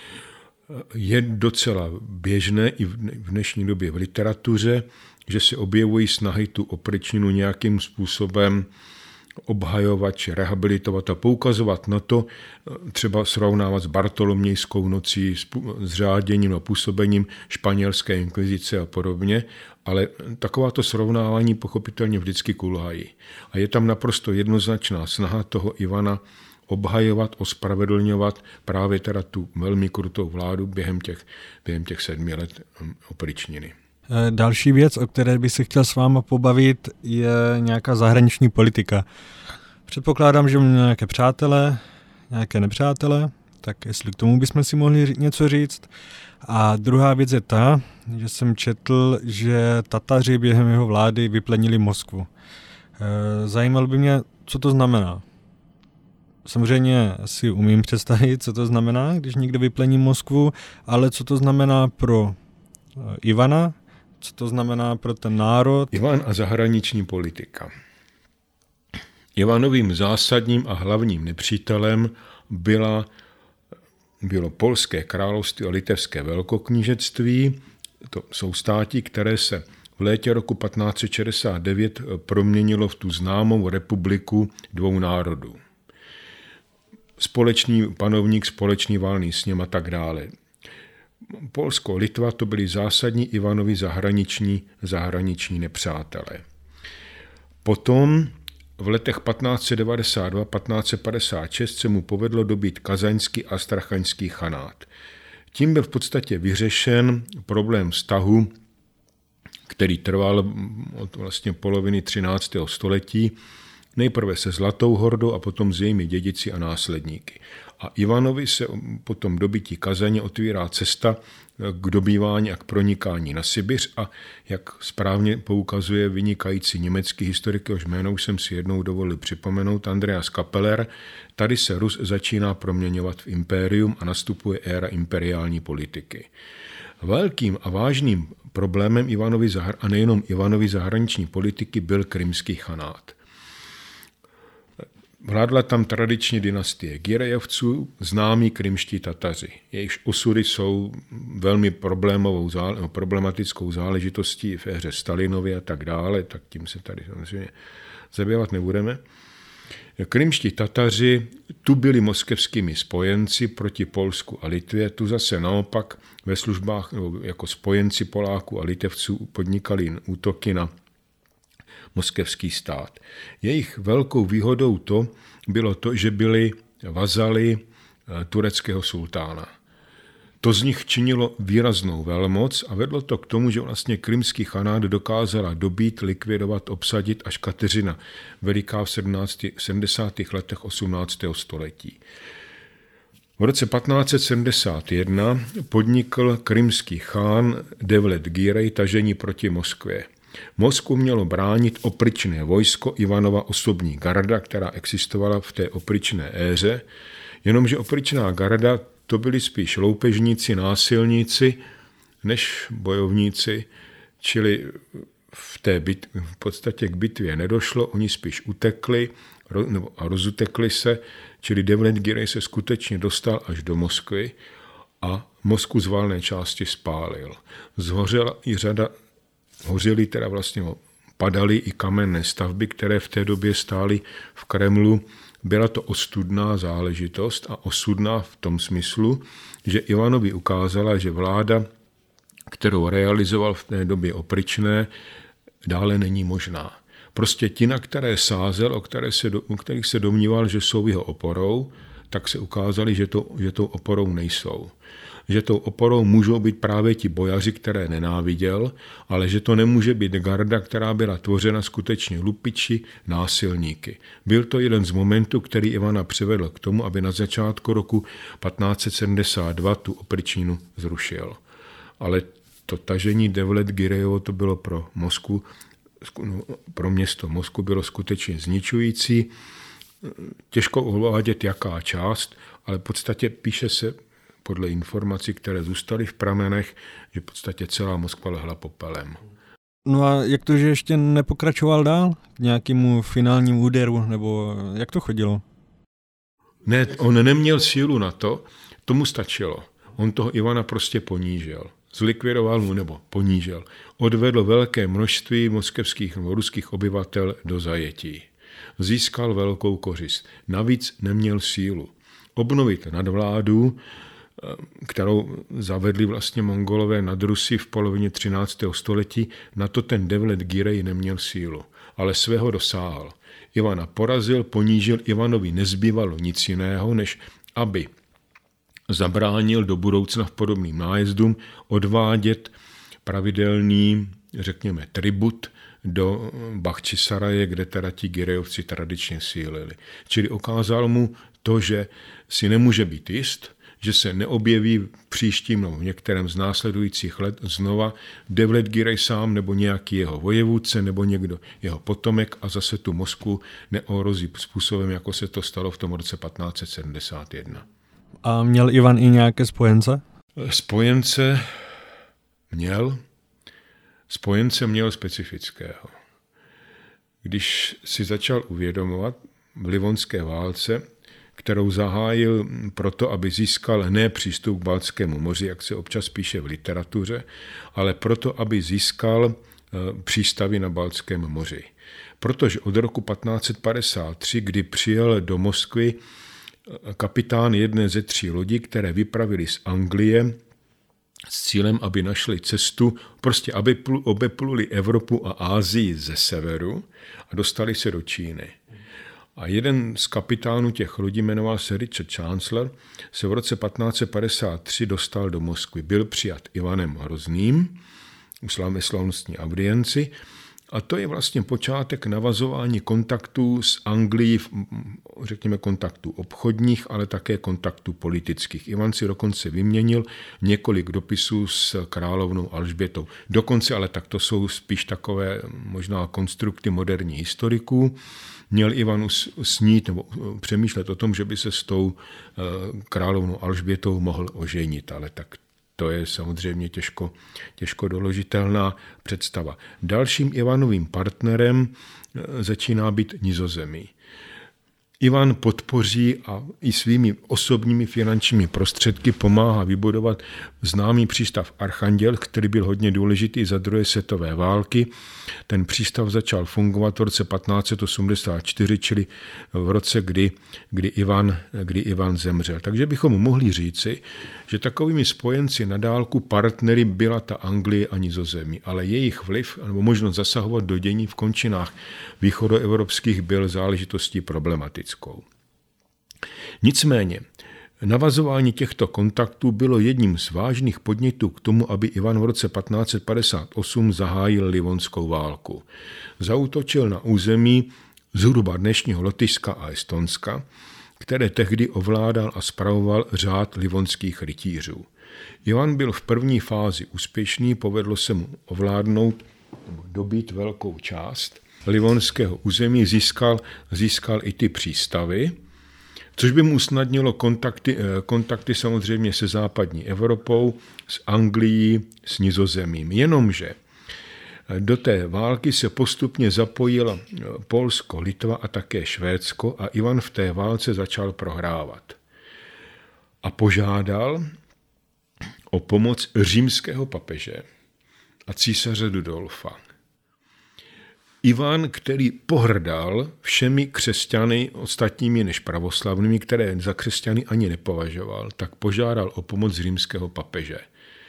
Speaker 2: Je docela běžné i v dnešní době v literatuře, že se objevují snahy tu opričninu nějakým způsobem obhajovat či rehabilitovat a poukazovat na to, třeba srovnávat s Bartolomějskou nocí, s řáděním a působením španělské inkvizice a podobně, ale takováto srovnávání pochopitelně vždycky kulhají. A je tam naprosto jednoznačná snaha toho Ivana obhajovat, ospravedlňovat právě teda tu velmi krutou vládu během těch 7 let opričniny.
Speaker 1: Další věc, o které bych se chtěl s váma pobavit, je nějaká zahraniční politika. Předpokládám, že měl nějaké přátelé, nějaké nepřátelé, tak jestli k tomu bychom si mohli něco říct. A druhá věc je ta, že jsem četl, že Tataři během jeho vlády vyplenili Moskvu. Zajímalo by mě, co to znamená. Samozřejmě si umím představit, co to znamená, když někdo vyplení Moskvu, ale co to znamená pro Ivana, co to znamená pro ten národ?
Speaker 2: Ivan a zahraniční politika. Ivanovým zásadním a hlavním nepřítelem bylo Polské království a Litevské velkoknížectví. To jsou státy, které se v létě roku 1569 proměnilo v tu známou republiku dvou národů. Společný panovník, společný válný sněm a tak dále. Polsko, Litva to byli zásadní Ivanovi zahraniční nepřátelé. Potom v letech 1592-1556 se mu povedlo dobít kazaňský a astrachaňský chanát. Tím byl v podstatě vyřešen problém vztahu, který trval od vlastně poloviny 13. století, nejprve se Zlatou hordou a potom s jejími dědici a následníky. A Ivanovi se potom dobytí Kazaně otvírá cesta k dobývání a k pronikání na Sibiř a jak správně poukazuje vynikající německý historik, jehož jméno už jsem si jednou dovolil připomenout, Andreas Kappeler, tady se Rus začíná proměňovat v impérium a nastupuje éra imperiální politiky. Velkým a vážným problémem Ivanovi a nejenom Ivanovi zahraniční politiky byl krymský chanát. Vládla tam tradiční dynastie Girejevců, známí krymští Tataři. Jejichž osudy jsou velmi problematickou záležitostí v éře Stalinově a tak dále, tak tím se tady samozřejmě zabývat nebudeme. Krymští Tataři tu byli moskevskými spojenci proti Polsku a Litvě, tu zase naopak ve službách jako spojenci Poláků a Litevců podnikali útoky na moskevský stát. Jejich velkou výhodou bylo to, že byli vazaly tureckého sultána. To z nich činilo výraznou velmoc a vedlo to k tomu, že vlastně krymský chanát dokázala dobít, likvidovat, obsadit až Kateřina Veliká v 70. letech 18. století. V roce 1571 podnikl krymský chán Devlet Girej tažení proti Moskvě. Moskvu mělo bránit opryčné vojsko Ivanova osobní garda, která existovala v té opryčné éře, jenomže opryčná garda to byli spíš loupežníci, násilníci, než bojovníci, čili v podstatě k bitvě nedošlo, oni spíš utekli a rozutekli se, čili Devlet Girej se skutečně dostal až do Moskvy a Moskvu z valné části spálil. Zhořela i hořely teda vlastně padaly i kamenné stavby, které v té době stály v Kremlu. Byla to ostudná záležitost a osudná v tom smyslu, že Ivanovi ukázala, že vláda, kterou realizoval v té době opryčné, dále není možná. Prostě ti, na které sázel, o kterých se domníval, že jsou jeho oporou, tak se ukázali, že tou oporou nejsou. Že tou oporou můžou být právě ti bojaři, které nenáviděl, ale že to nemůže být garda, která byla tvořena skutečně lupiči, násilníky. Byl to jeden z momentů, který Ivana přivedl k tomu, aby na začátku roku 1572 tu opryčninu zrušil. Ale to tažení Devlet Girejovo to bylo pro Moskvu, pro město Moskvu bylo skutečně zničující. Těžko uvádět jaká část, ale v podstatě píše se podle informací, které zůstaly v pramenech, že v podstatě celá Moskva lehla popelem.
Speaker 1: No a jak to, že ještě nepokračoval dál k nějakému finálnímu úderu, nebo jak to chodilo?
Speaker 2: Ne, on neměl sílu na to, tomu stačilo. On toho Ivana prostě ponížil. Zlikvidoval mu nebo ponížil. Odvedl velké množství moskevských nebo ruských obyvatel do zajetí. Získal velkou kořist. Navíc neměl sílu. Obnovit nadvládu, kterou zavedli vlastně Mongolové nad Rusy v polovině 13. století, na to ten Devlet Girej neměl sílu, ale svého dosáhl. Ivana porazil, ponížil, Ivanovi nezbývalo nic jiného, než aby zabránil do budoucna v podobným nájezdům odvádět pravidelný, řekněme, tribut do Bachčisaraje, kde teda ti Girejovci tradičně sílili. Čili ukázal mu to, že si nemůže být jist, že se neobjeví v příštím nebo v některém z následujících let znova Devlet Girej sám nebo nějaký jeho vojevůdce nebo někdo jeho potomek a zase tu Moskvu neohrozí způsobem, jako se to stalo v tom roce 1571.
Speaker 1: A měl Ivan i nějaké spojence?
Speaker 2: Spojence měl specifického. Když si začal uvědomovat v Livonské válce, kterou zahájil proto, aby získal ne přístup k Baltskému moři, jak se občas píše v literatuře, ale proto, aby získal přístavy na Baltském moři. Protože od roku 1553, kdy přijel do Moskvy kapitán jedné ze 3 lodí, které vypravili z Anglie s cílem, aby našli cestu, prostě aby obepluli Evropu a Asii ze severu a dostali se do Číny. A jeden z kapitánů těch lodí, jmenoval se Richard Chancellor, se v roce 1553 dostal do Moskvy. Byl přijat Ivanem Hrozným, ve slavnostní audienci, a to je vlastně počátek navazování kontaktů s Anglií, řekněme kontaktů obchodních, ale také kontaktů politických. Ivan si dokonce vyměnil několik dopisů s královnou Alžbětou. Dokonce, ale tak to jsou spíš takové možná konstrukty moderních historiků, měl Ivan snít nebo přemýšlet o tom, že by se s tou královnou Alžbětou mohl oženit, ale tak to je samozřejmě těžko doložitelná představa. Dalším Ivanovým partnerem začíná být Nizozemí. Ivan podpoří a i svými osobními finančními prostředky pomáhá vybudovat známý přístav Archanděl, který byl hodně důležitý za druhé světové války. Ten přístav začal fungovat v roce 1584, čili v roce, kdy Ivan zemřel. Takže bychom mohli říci, že takovými spojenci na dálku partnery byla ta Anglie a Nizozemí, ale jejich vliv nebo možnost zasahovat do dění v končinách východoevropských byl záležitostí problematickou. Nicméně, navazování těchto kontaktů bylo jedním z vážných podnětů k tomu, aby Ivan v roce 1558 zahájil Livonskou válku. Zaútočil na území zhruba dnešního Lotyšska a Estonska, které tehdy ovládal a spravoval řád livonských rytířů. Ivan byl v první fázi úspěšný, povedlo se mu ovládnout nebo dobít velkou část livonského území, získal i ty přístavy, což by mu usnadnilo kontakty samozřejmě se západní Evropou, s Anglií, s Nizozemím. Jenomže do té války se postupně zapojila Polsko, Litva a také Švédsko a Ivan v té válce začal prohrávat. A požádal o pomoc římského papeže a císaře Rudolfa. Ivan, který pohrdal všemi křesťany ostatními než pravoslavnými, které za křesťany ani nepovažoval, tak požádal o pomoc římského papeže.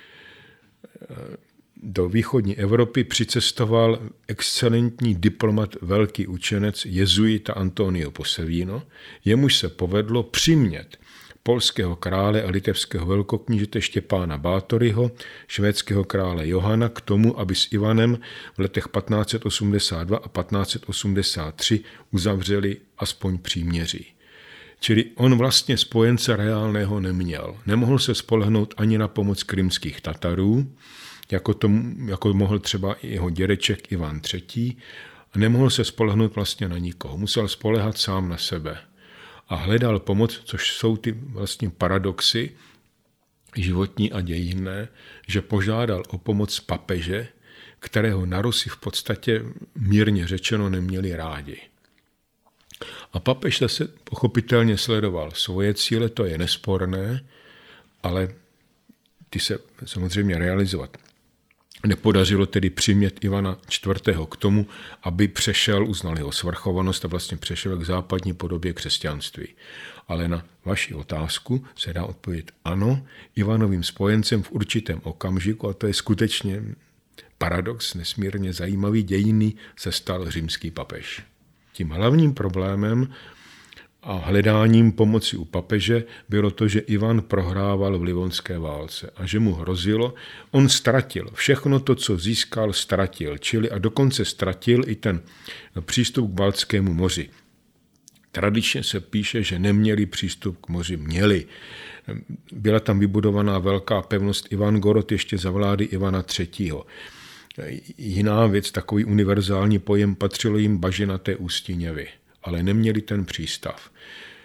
Speaker 2: Do východní Evropy přicestoval excelentní diplomat, velký učenec, jezuita Antonio Posevino, jemuž se povedlo přimět polského krále a litevského velkoknížete Štěpána Bátoryho, švédského krále Johana k tomu, aby s Ivanem v letech 1582 a 1583 uzavřeli aspoň příměří. Čili on vlastně spojence reálného neměl. Nemohl se spolehnout ani na pomoc krymských Tatarů, jako mohl třeba i jeho dědeček Ivan III. A nemohl se spolehnout vlastně na nikoho. Musel spoléhat sám na sebe. A hledal pomoc, což jsou ty vlastně paradoxy životní a dějinné, že požádal o pomoc papeže, kterého na Rusi v podstatě mírně řečeno neměli rádi. A papež se pochopitelně sledoval svoje cíle, to je nesporné, ale ty se samozřejmě realizovat nepodařilo tedy přimět Ivana IV. K tomu, aby uznal jeho svrchovanost a vlastně přešel k západní podobě křesťanství. Ale na vaši otázku se dá odpovědět ano, Ivanovým spojencem v určitém okamžiku, a to je skutečně paradox, nesmírně zajímavý, dějinný, se stal římský papež. Tím hlavním problémem a hledáním pomoci u papeže bylo to, že Ivan prohrával v Livonské válce a že mu hrozilo, on ztratil všechno to, co získal, ztratil, čili a dokonce ztratil i ten přístup k Baltskému moři. Tradičně se píše, že neměli přístup k moři, měli. Byla tam vybudovaná velká pevnost Ivangorod ještě za vlády Ivana III. Jiná věc, takový univerzální pojem, patřilo jim bažinaté ústí Něvy, ale neměli ten přístav.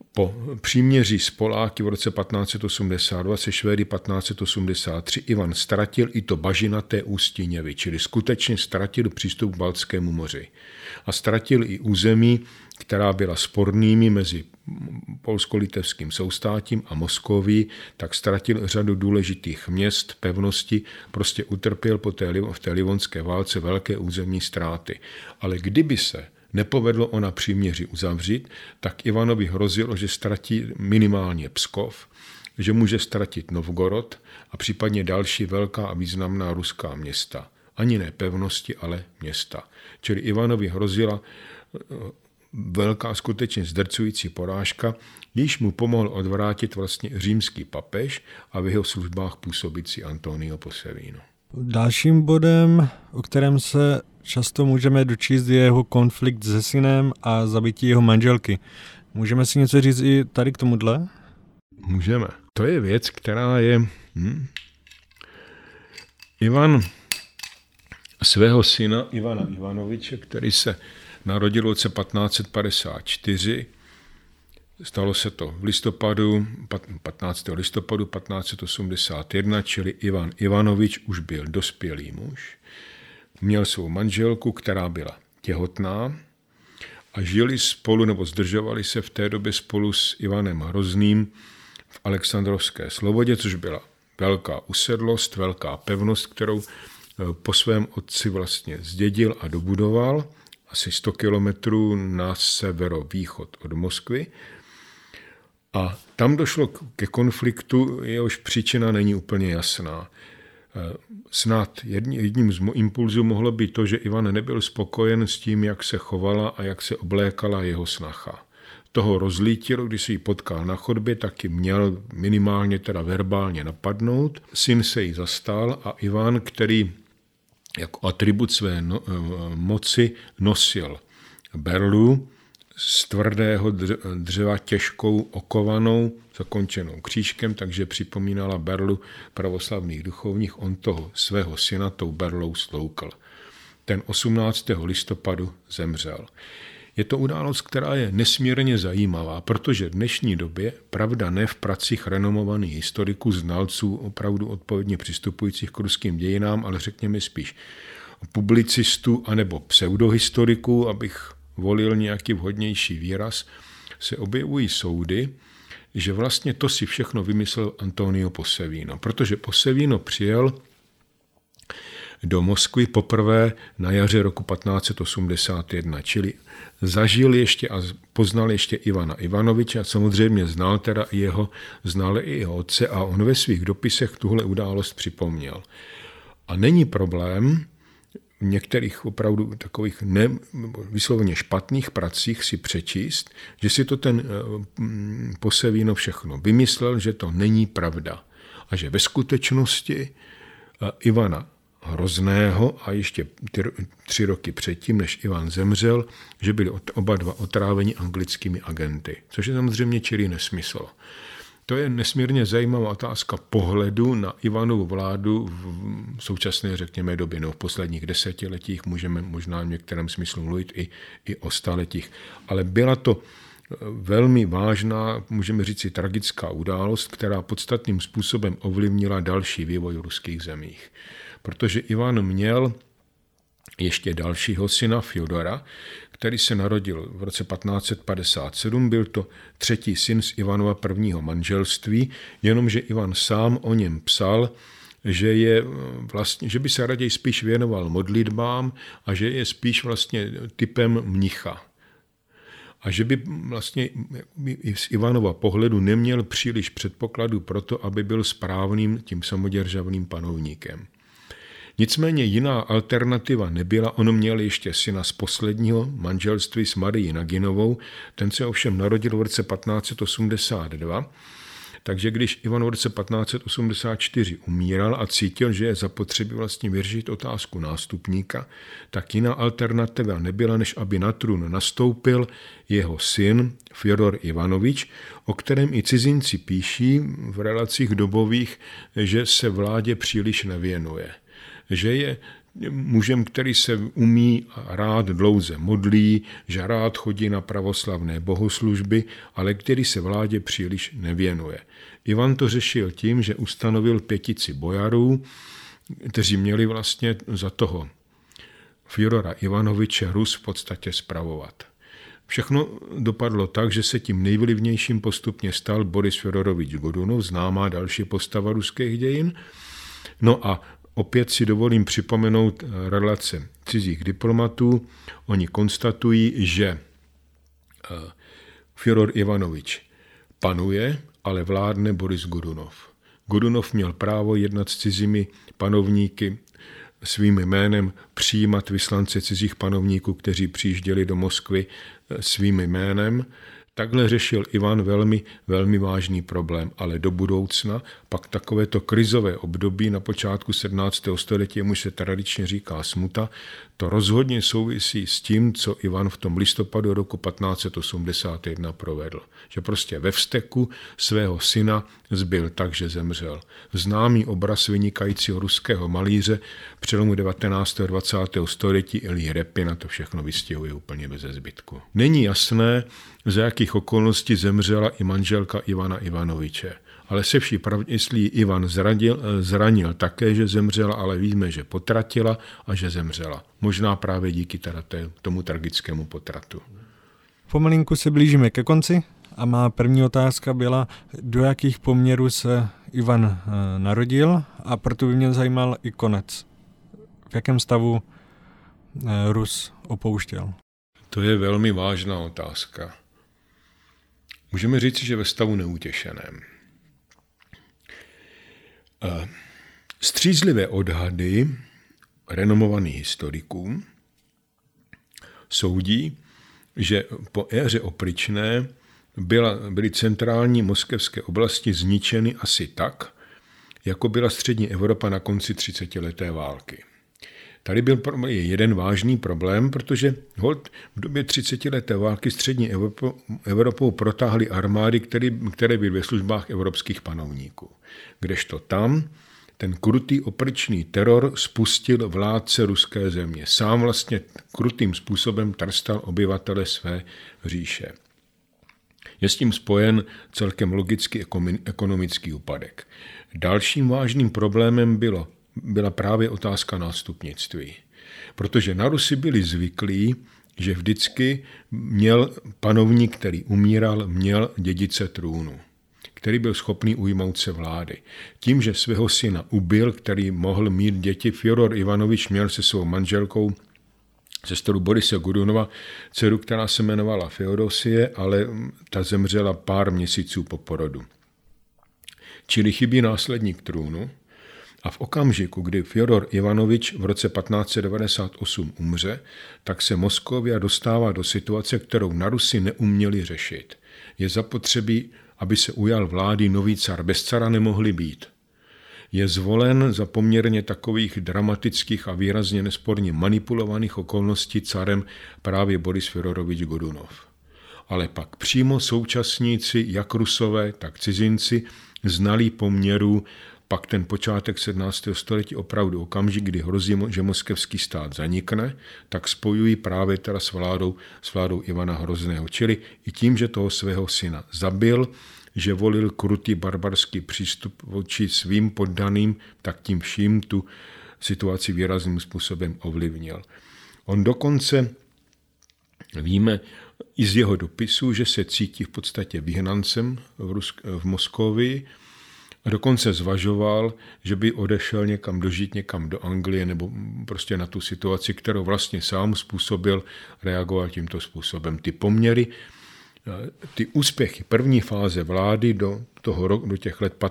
Speaker 2: Po příměří s Poláky v roce 1582 se Švédy 1583 Ivan ztratil i to bažinaté ústí Něvy, čili skutečně ztratil přístup k Baltskému moři. A ztratil i území, která byla spornými mezi polsko-litevským soustátím a Moskoví, tak ztratil řadu důležitých měst, pevnosti, prostě utrpěl v té livonské válce velké územní ztráty. Ale kdyby se nepovedlo ona příměří uzavřít, tak Ivanovi hrozilo, že ztratí minimálně Pskov, že může ztratit Novgorod a případně další velká a významná ruská města. Ani ne pevnosti, ale města. Čili Ivanovi hrozila velká skutečně zdrcující porážka, již mu pomohl odvrátit vlastně římský papež a v jeho službách působící Antonio Posevino.
Speaker 1: Dalším bodem, o kterém se často můžeme dočíst, je jeho konflikt se synem a zabití jeho manželky. Můžeme si něco říct i tady k tomuhle?
Speaker 2: Můžeme. To je věc, která je... Ivan svého syna Ivana Ivanoviče, který se narodil v roce 1554, stalo se to v listopadu, 15. listopadu 1581, čili Ivan Ivanovič už byl dospělý muž. Měl svou manželku, která byla těhotná a žili spolu nebo zdržovali se v té době spolu s Ivanem Hrozným v Alexandrovské Slobodě, což byla velká usedlost, velká pevnost, kterou po svém otci vlastně zdědil a dobudoval, asi 100 kilometrů na severovýchod od Moskvy. A tam došlo ke konfliktu, jehož příčina není úplně jasná. Snad jedním z impulzů mohlo být to, že Ivan nebyl spokojen s tím, jak se chovala a jak se oblékala jeho snacha. Toho rozlítilo, když se jí potkal na chodbě, taky měl minimálně teda verbálně napadnout. Syn se jí zastal a Ivan, který jako atribut své moci nosil berlu z tvrdého dřeva těžkou okovanou, zakončenou křížkem, takže připomínala berlu pravoslavných duchovních. On toho svého syna tou berlou stloukl. Ten 18. listopadu zemřel. Je to událost, která je nesmírně zajímavá, protože v dnešní době, pravda ne v pracích renomovaných historiků, znalců, opravdu odpovědně přistupujících k ruským dějinám, ale řekněme spíš publicistů anebo pseudohistoriků, abych volil nějaký vhodnější výraz, se objevují soudy, že vlastně to si všechno vymyslel Antonio Posevino, protože Posevino přijel do Moskvy poprvé na jaře roku 1581, čili zažil ještě a poznal ještě Ivana Ivanoviče a samozřejmě znal i jeho otce a on ve svých dopisech tuhle událost připomněl. A není problém v některých opravdu takových vysloveně špatných pracích si přečíst, že si to ten Posevino všechno vymyslel, že to není pravda a že ve skutečnosti Ivana Hrozného a ještě 3 roky předtím, než Ivan zemřel, že byli oba dva otráveni anglickými agenty, což je samozřejmě čirý nesmysl. To je nesmírně zajímavá otázka pohledu na Ivanovu vládu v současné, řekněme, době, v posledních desetiletích, můžeme možná v některém smyslu mluvit i o staletích. Ale byla to velmi vážná, můžeme říct si tragická událost, která podstatným způsobem ovlivnila další vývoj v ruských zemích. Protože Ivan měl ještě dalšího syna Fjodora, který se narodil v roce 1557, byl to 3. syn z Ivanova prvního manželství, jenomže Ivan sám o něm psal, že by se raději spíš věnoval modlitbám a že je spíš vlastně typem mnicha. A že by vlastně z Ivanova pohledu neměl příliš předpokladů pro to, aby byl správným tím samoděržavným panovníkem. Nicméně jiná alternativa nebyla, on měl ještě syna z posledního manželství s Marií Naginovou, ten se ovšem narodil v roce 1582, takže když Ivan v roce 1584 umíral a cítil, že je zapotřebí vlastně vyřešit otázku nástupníka, tak jiná alternativa nebyla, než aby na trůn nastoupil jeho syn Fjodor Ivanovič, o kterém i cizinci píší v relacích dobových, že se vládě příliš nevěnuje. Že je mužem, který se umí a rád dlouze modlí, že rád chodí na pravoslavné bohoslužby, ale který se vládě příliš nevěnuje. Ivan to řešil tím, že ustanovil 5 bojarů, kteří měli vlastně za toho Fjodora Ivanoviče Rus v podstatě spravovat. Všechno dopadlo tak, že se tím nejvlivnějším postupně stal Boris Fjodorovič Godunov, známá další postava ruských dějin. No a opět si dovolím připomenout relace cizích diplomatů. Oni konstatují, že Fjodor Ivanovič panuje, ale vládne Boris Godunov. Godunov měl právo jednat s cizími panovníky, svým jménem přijímat vyslance cizích panovníků, kteří přijížděli do Moskvy svým jménem. Takhle řešil Ivan velmi vážný problém, ale do budoucna pak takovéto krizové období na počátku 17. století, jemu se tradičně říká smuta, to rozhodně souvisí s tím, co Ivan v tom listopadu roku 1581 provedl. Že prostě ve vzteku svého syna zbil tak, že zemřel. Známý obraz vynikajícího ruského malíře přelomu 19. a 20. století Ilji Repina to všechno vystihuje úplně bez zbytku. Není jasné, za jakých okolností zemřela i manželka Ivana Ivanoviče. Ale se vší pravděpodobností Ivan zranil také, že zemřela, ale víme, že potratila a že zemřela. Možná právě díky tomu tragickému potratu.
Speaker 1: Pomalinku se blížíme ke konci a má první otázka byla, do jakých poměrů se Ivan narodil, a proto by mě zajímal i konec. V jakém stavu Rus opouštěl?
Speaker 2: To je velmi vážná otázka. Můžeme říct, že ve stavu neutěšeném. Střízlivé odhady renomovaných historiků soudí, že po éře opryčné byly centrální moskevské oblasti zničeny asi tak, jako byla střední Evropa na konci 30leté války. Tady byl jeden vážný problém, protože v době 30leté války střední Evropou protáhly armády, které byly ve službách evropských panovníků. Kdežto tam ten krutý opryčný teror spustil vládce ruské země. Sám vlastně krutým způsobem trstal obyvatele své říše. Je s tím spojen celkem logicky ekonomický úpadek. Dalším vážným problémem byla právě otázka nástupnictví. Protože na Rusi byli zvyklí, že vždycky měl panovník, který umíral, měl dědice trůnu, který byl schopný ujmout se vlády. Tím, že svého syna ubil, který mohl mít děti, Fjodor Ivanovič měl se svou manželkou, sestrou Borise Godunova, dceru, která se jmenovala Feodosie, ale ta zemřela pár měsíců po porodu. Čili chybí následník trůnu. A v okamžiku, kdy Fjodor Ivanovič v roce 1598 umře, tak se Moskovia dostává do situace, kterou na Rusi neuměli řešit. Je zapotřebí, aby se ujal vlády nový car. Bez cara nemohli být. Je zvolen za poměrně takových dramatických a výrazně nesporně manipulovaných okolností carem právě Boris Fjodorovič Godunov. Ale pak přímo současníci, jak Rusové, tak cizinci, znalí poměrů. Pak ten počátek 17. století opravdu okamžik, kdy hrozí, že moskevský stát zanikne, tak spojují právě teda s vládou Ivana Hrozného. Čili i tím, že toho svého syna zabil, že volil krutý barbarský přístup vůči svým poddaným, tak tím vším tu situaci výrazným způsobem ovlivnil. On dokonce, víme i z jeho dopisů, že se cítí v podstatě vyhnancem v Moskovii, a dokonce zvažoval, že by odešel dožít někam do Anglie nebo prostě na tu situaci, kterou vlastně sám způsobil, reagoval tímto způsobem. Ty poměry, ty úspěchy první fáze vlády do těch let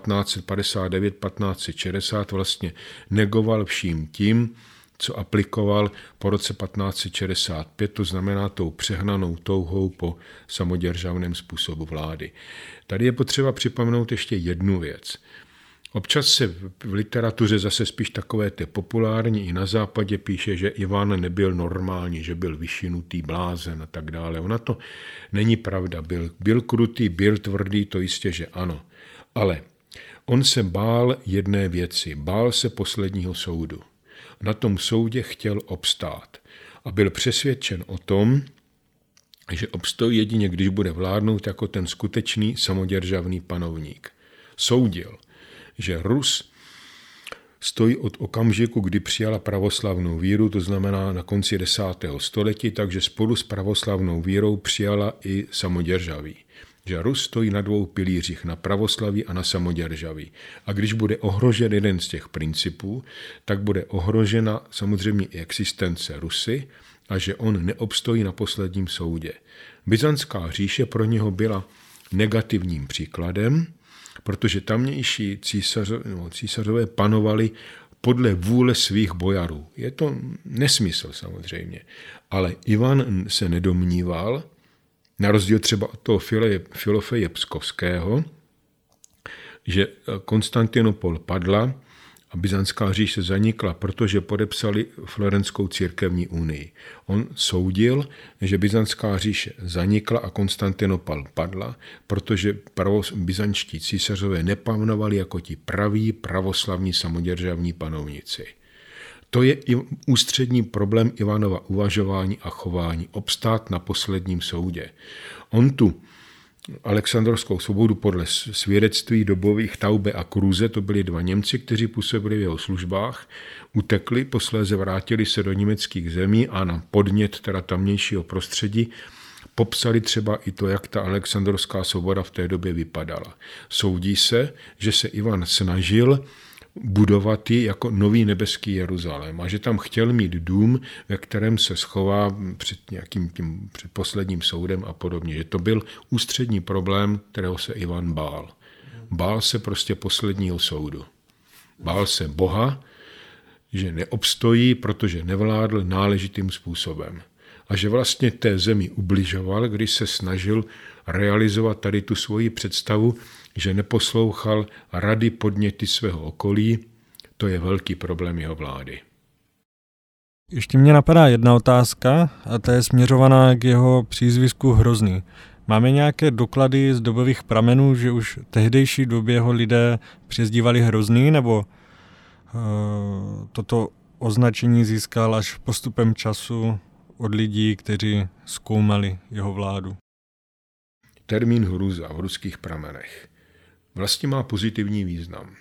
Speaker 2: 1559-1560 vlastně negoval vším tím, co aplikoval po roce 1565, to znamená tou přehnanou touhou po samoděržavném způsobu vlády. Tady je potřeba připomenout ještě jednu věc. Občas se v literatuře zase spíš takové té populární i na západě píše, že Ivan nebyl normální, že byl vyšinutý, blázen a tak dále. Ona to není pravda. Byl krutý, byl tvrdý, to jistě, že ano. Ale on se bál jedné věci. Bál se posledního soudu. na tom soudě chtěl obstát a byl přesvědčen o tom, že obstojí jedině, když bude vládnout jako ten skutečný samoděržavný panovník. Soudil, že Rus stojí od okamžiku, kdy přijala pravoslavnou víru, to znamená na konci 10. století, takže spolu s pravoslavnou vírou přijala i samoděržaví. Že Rus stojí na dvou pilířích, na pravoslaví a na samoděržaví. A když bude ohrožen jeden z těch principů, tak bude ohrožena samozřejmě i existence Rusy a že on neobstojí na posledním soudě. Byzantská říše pro něho byla negativním příkladem, protože tamnější císařové panovali podle vůle svých bojarů. Je to nesmysl samozřejmě, ale Ivan se nedomníval, na rozdíl třeba od toho Filofeje Pskovského, že Konstantinopol padla a Byzantská říše zanikla, protože podepsali Florentskou církevní unii. On soudil, že Byzantská říše zanikla a Konstantinopol padla, protože byzantští císařové nepanovali jako ti praví pravoslavní samoděržavní panovníci. To je i ústřední problém Ivanova uvažování a chování, obstát na posledním soudě. On tu Alexandrovskou svobodu podle svědectví dobových Taube a Kruse, to byli dva Němci, kteří působili v jeho službách, utekli, posléze vrátili se do německých zemí a na podnět teda tamnějšího prostředí popsali třeba i to, jak ta Alexandrovská svoboda v té době vypadala. Soudí se, že se Ivan snažil budovat ji jako nový nebeský Jeruzalém a že tam chtěl mít dům, ve kterém se schová před nějakým tím před posledním soudem a podobně. Že to byl ústřední problém, kterého se Ivan bál. Bál se prostě posledního soudu. Bál se Boha, že neobstojí, protože nevládl náležitým způsobem. A že vlastně té zemi ubližoval, když se snažil realizovat tady tu svoji představu, že neposlouchal rady podněty svého okolí, to je velký problém jeho vlády.
Speaker 1: Ještě mě napadá jedna otázka a ta je směřovaná k jeho přízvisku Hrozný. Máme nějaké doklady z dobových pramenů, že už v tehdejší době ho lidé přezdívali Hrozný, nebo toto označení získal až postupem času od lidí, kteří zkoumali jeho vládu?
Speaker 2: Termín hrůza v ruských pramenech vlastně má pozitivní význam.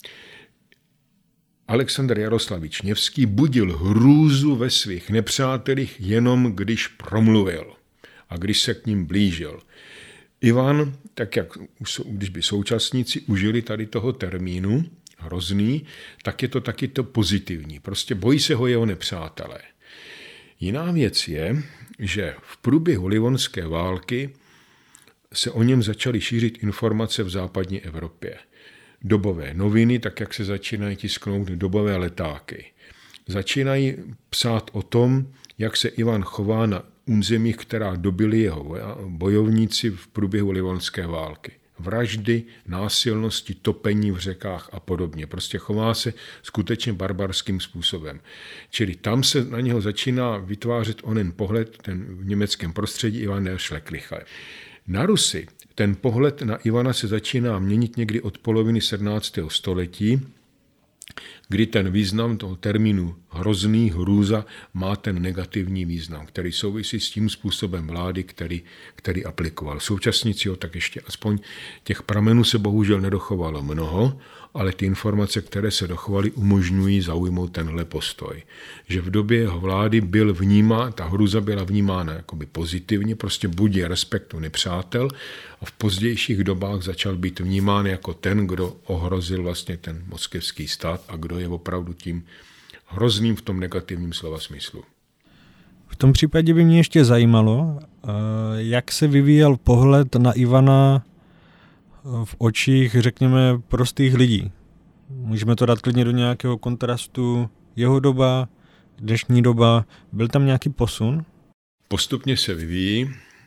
Speaker 2: Alexandr Jaroslavič Nevský budil hrůzu ve svých nepřátelích jenom když promluvil a když se k ním blížil. Ivan, tak jak když by současníci užili tady toho termínu Hrozný, tak je to taky to pozitivní. Prostě bojí se ho jeho nepřátelé. Jiná věc je, že v průběhu livonské války se o něm začaly šířit informace v západní Evropě. Dobové noviny, tak jak se začínají tisknout dobové letáky. Začínají psát o tom, jak se Ivan chová na územích, která dobili jeho bojovníci v průběhu livonské války. Vraždy, násilnosti, topení v řekách a podobně. Prostě chová se skutečně barbarským způsobem. Čili tam se na něho začíná vytvářet onen pohled, ten v německém prostředí Ivan der Schlechtliche. Na Rusy ten pohled na Ivana se začíná měnit někdy od poloviny 17. století, kdy ten význam toho termínu hrozný, hrůza má ten negativní význam, který souvisí s tím způsobem vlády, který aplikoval. Současníci ho tak ještě aspoň těch pramenů se bohužel nedochovalo mnoho, ale ty informace, které se dochovaly, umožňují zaujmout tenhle postoj. Že v době jeho vlády byl vnímán, ta hrůza byla vnímána jakoby pozitivně, prostě budí respektu nepřátel a v pozdějších dobách začal být vnímán jako ten, kdo ohrozil vlastně ten moskevský stát a kdo je opravdu tím hrozným v tom negativním slova smyslu.
Speaker 1: V tom případě by mě ještě zajímalo, jak se vyvíjel pohled na Ivana v očích, řekněme, prostých lidí. Můžeme to dát klidně do nějakého kontrastu jeho doba, dnešní doba. Byl tam nějaký posun?
Speaker 2: Postupně se vyvíjí.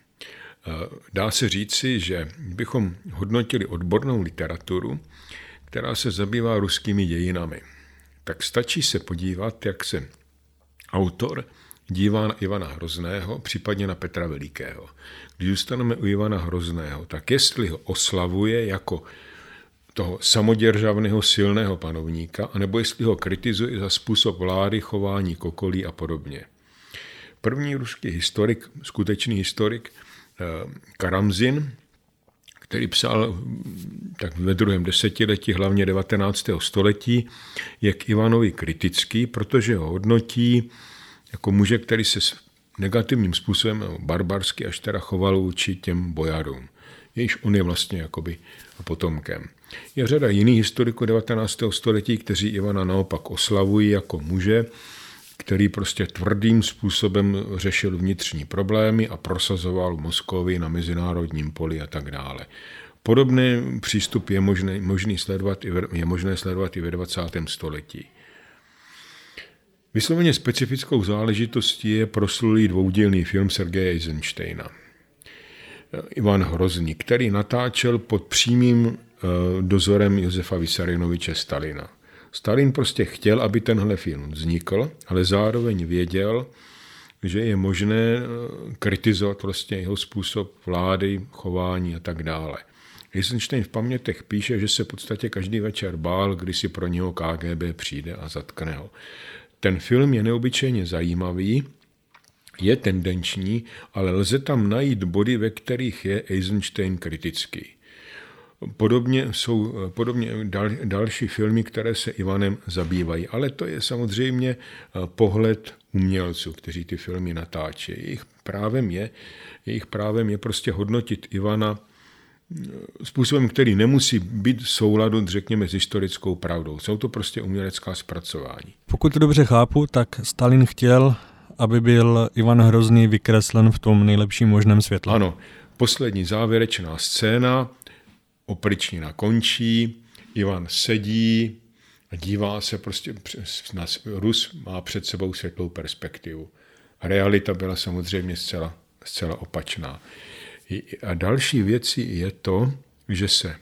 Speaker 2: Dá se říci, že bychom hodnotili odbornou literaturu, která se zabývá ruskými dějinami, tak stačí se podívat, jak se autor dívá na Ivana Hrozného, případně na Petra Velikého. Když zůstaneme u Ivana Hrozného, tak jestli ho oslavuje jako toho samoděržavného silného panovníka, anebo jestli ho kritizuje za způsob vlády, chování k okolí a podobně. První ruský historik, skutečný historik Karamzin, který psal tak ve druhém desetiletí, hlavně 19. století, je k Ivanovi kritický, protože ho hodnotí jako muže, který se negativním způsobem barbarsky až teda choval vůči těm bojarům. Jejíž on je vlastně jakoby potomkem. Je řada jiných historiků 19. století, kteří Ivana naopak oslavují jako muže, který prostě tvrdým způsobem řešil vnitřní problémy a prosazoval Moskvii na mezinárodním poli a tak dále. Podobný přístup je možné sledovat i ve 20. století. Vysloveně specifickou záležitostí je proslulý dvoudílný film Sergeje Eisensteina. Ivan Hrozný, který natáčel pod přímým dozorem Josefa Vissarionoviče Stalina. Stalin prostě chtěl, aby tenhle film vznikl, ale zároveň věděl, že je možné kritizovat vlastně jeho způsob vlády, chování a tak dále. Eisenstein v pamětech píše, že se v podstatě každý večer bál, kdy si pro něho KGB přijde a zatkne ho. Ten film je neobyčejně zajímavý, je tendenční, ale lze tam najít body, ve kterých je Eisenstein kritický. Podobně jsou další filmy, které se Ivanem zabývají, ale to je samozřejmě pohled umělců, kteří ty filmy natáčí. Jejich právem je prostě hodnotit Ivana způsobem, který nemusí být v souladu, řekněme, s historickou pravdou. Jsou to prostě umělecká zpracování.
Speaker 1: Pokud to dobře chápu, tak Stalin chtěl, aby byl Ivan Hrozný vykreslen v tom nejlepším možném světle.
Speaker 2: Ano, poslední závěrečná scéna, opričnina končí, Ivan sedí a dívá se prostě, Rus má před sebou světlou perspektivu. Realita byla samozřejmě zcela opačná. A další věcí je to, že se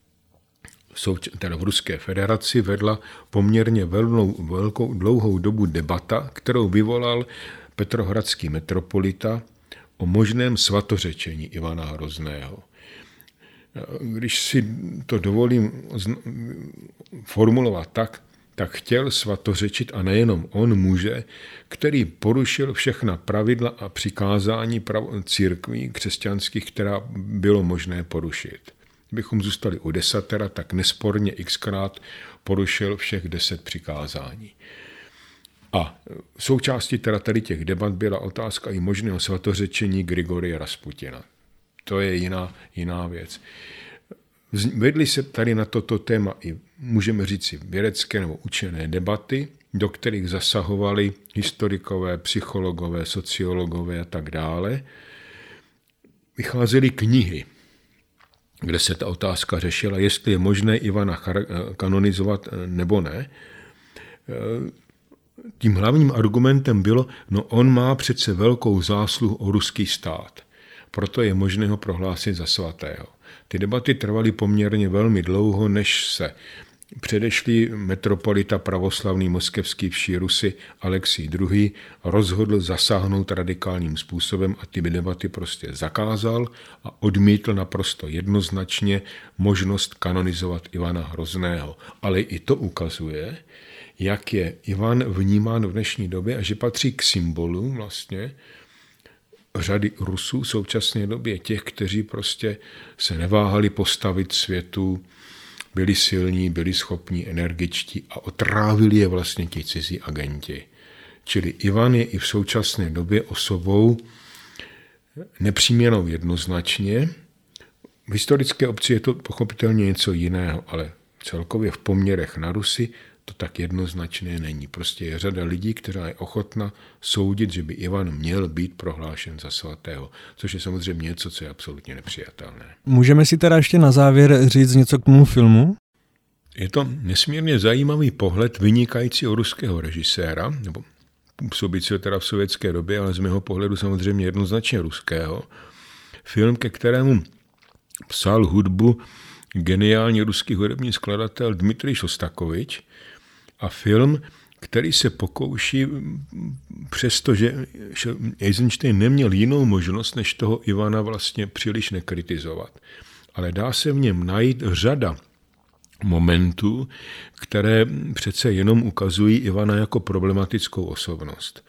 Speaker 2: v Ruské federaci vedla poměrně dlouhou dobu debata, kterou vyvolal petrohradský metropolita o možném svatořečení Ivana Hrozného. Když si to dovolím formulovat tak chtěl svatořečit a nejenom on muže, který porušil všechna pravidla a přikázání církví křesťanských, která bylo možné porušit. Kdybychom zůstali u desatera, tak nesporně xkrát porušil všech 10 přikázání. A součástí tady těch debat byla otázka i možného svatořečení Grigoria Rasputina. To je jiná věc. Vedly se tady na toto téma i, můžeme říci, vědecké nebo učené debaty, do kterých zasahovali historikové, psychologové, sociologové a tak dále. Vycházely knihy, kde se ta otázka řešila, jestli je možné Ivana kanonizovat nebo ne. Tím hlavním argumentem bylo, on má přece velkou zásluhu o ruský stát, proto je možné ho prohlásit za svatého. Ty debaty trvaly poměrně velmi dlouho, než se předešlý metropolita pravoslavný moskevský vší Rusy Alexij II. Rozhodl zasáhnout radikálním způsobem a ty debaty prostě zakázal a odmítl naprosto jednoznačně možnost kanonizovat Ivana Hrozného. Ale i to ukazuje, jak je Ivan vnímán v dnešní době a že patří k symbolům vlastně řady Rusů v současné době, těch, kteří prostě se neváhali postavit světu, byli silní, byli schopní, energičtí a otrávili je vlastně ti cizí agenti. Čili Ivan je i v současné době osobou nepříměnou jednoznačně. V historické obci je to pochopitelně něco jiného, ale celkově v poměrech na Rusy to tak jednoznačné není. Prostě je řada lidí, která je ochotna soudit, že by Ivan měl být prohlášen za svatého, což je samozřejmě něco, co je absolutně nepřijatelné.
Speaker 1: Můžeme si teda ještě na závěr říct něco k tomu filmu?
Speaker 2: Je to nesmírně zajímavý pohled vynikajícího ruského režiséra, nebo působícího teda v sovětské době, ale z mého pohledu samozřejmě jednoznačně ruského. Film, ke kterému psal hudbu geniální ruský hudební skladatel Dmitrij Šostakovič, a film, který se pokouší, přestože Eisenstein neměl jinou možnost, než toho Ivana vlastně příliš nekritizovat. Ale dá se v něm najít řada momentů, které přece jenom ukazují Ivana jako problematickou osobnost.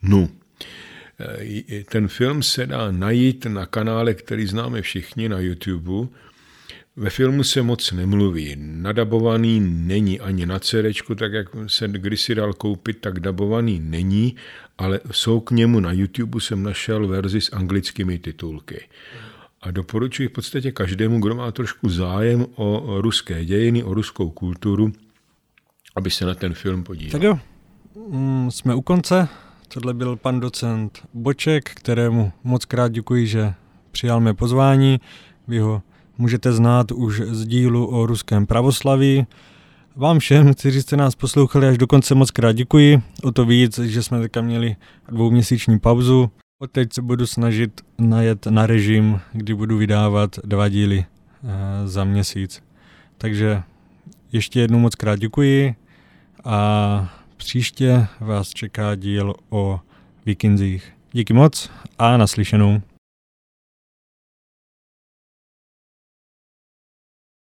Speaker 2: Ten film se dá najít na kanále, který známe všichni, na YouTube. Ve filmu se moc nemluví. Nadabovaný není ani na CDčku, tak jak se kdysi dal koupit, tak dabovaný není, ale jsou k němu na YouTube jsem našel verzi s anglickými titulky. A doporučuji v podstatě každému, kdo má trošku zájem o ruské dějiny, o ruskou kulturu, aby se na ten film podíval.
Speaker 1: Tak jo, jsme u konce. Tohle byl pan docent Boček, kterému moc krát děkuji, že přijal mé pozvání. Vy ho můžete znát už z dílu o ruském pravoslaví. Vám všem, kteří jste nás poslouchali až do konce, moc krát děkuji. O to víc, že jsme teďka měli 2měsíční pauzu. Odteď se budu snažit najet na režim, kdy budu vydávat 2 díly za měsíc. Takže ještě jednou moc krát děkuji a příště vás čeká díl o Vikinzích. Díky moc a naslyšenou.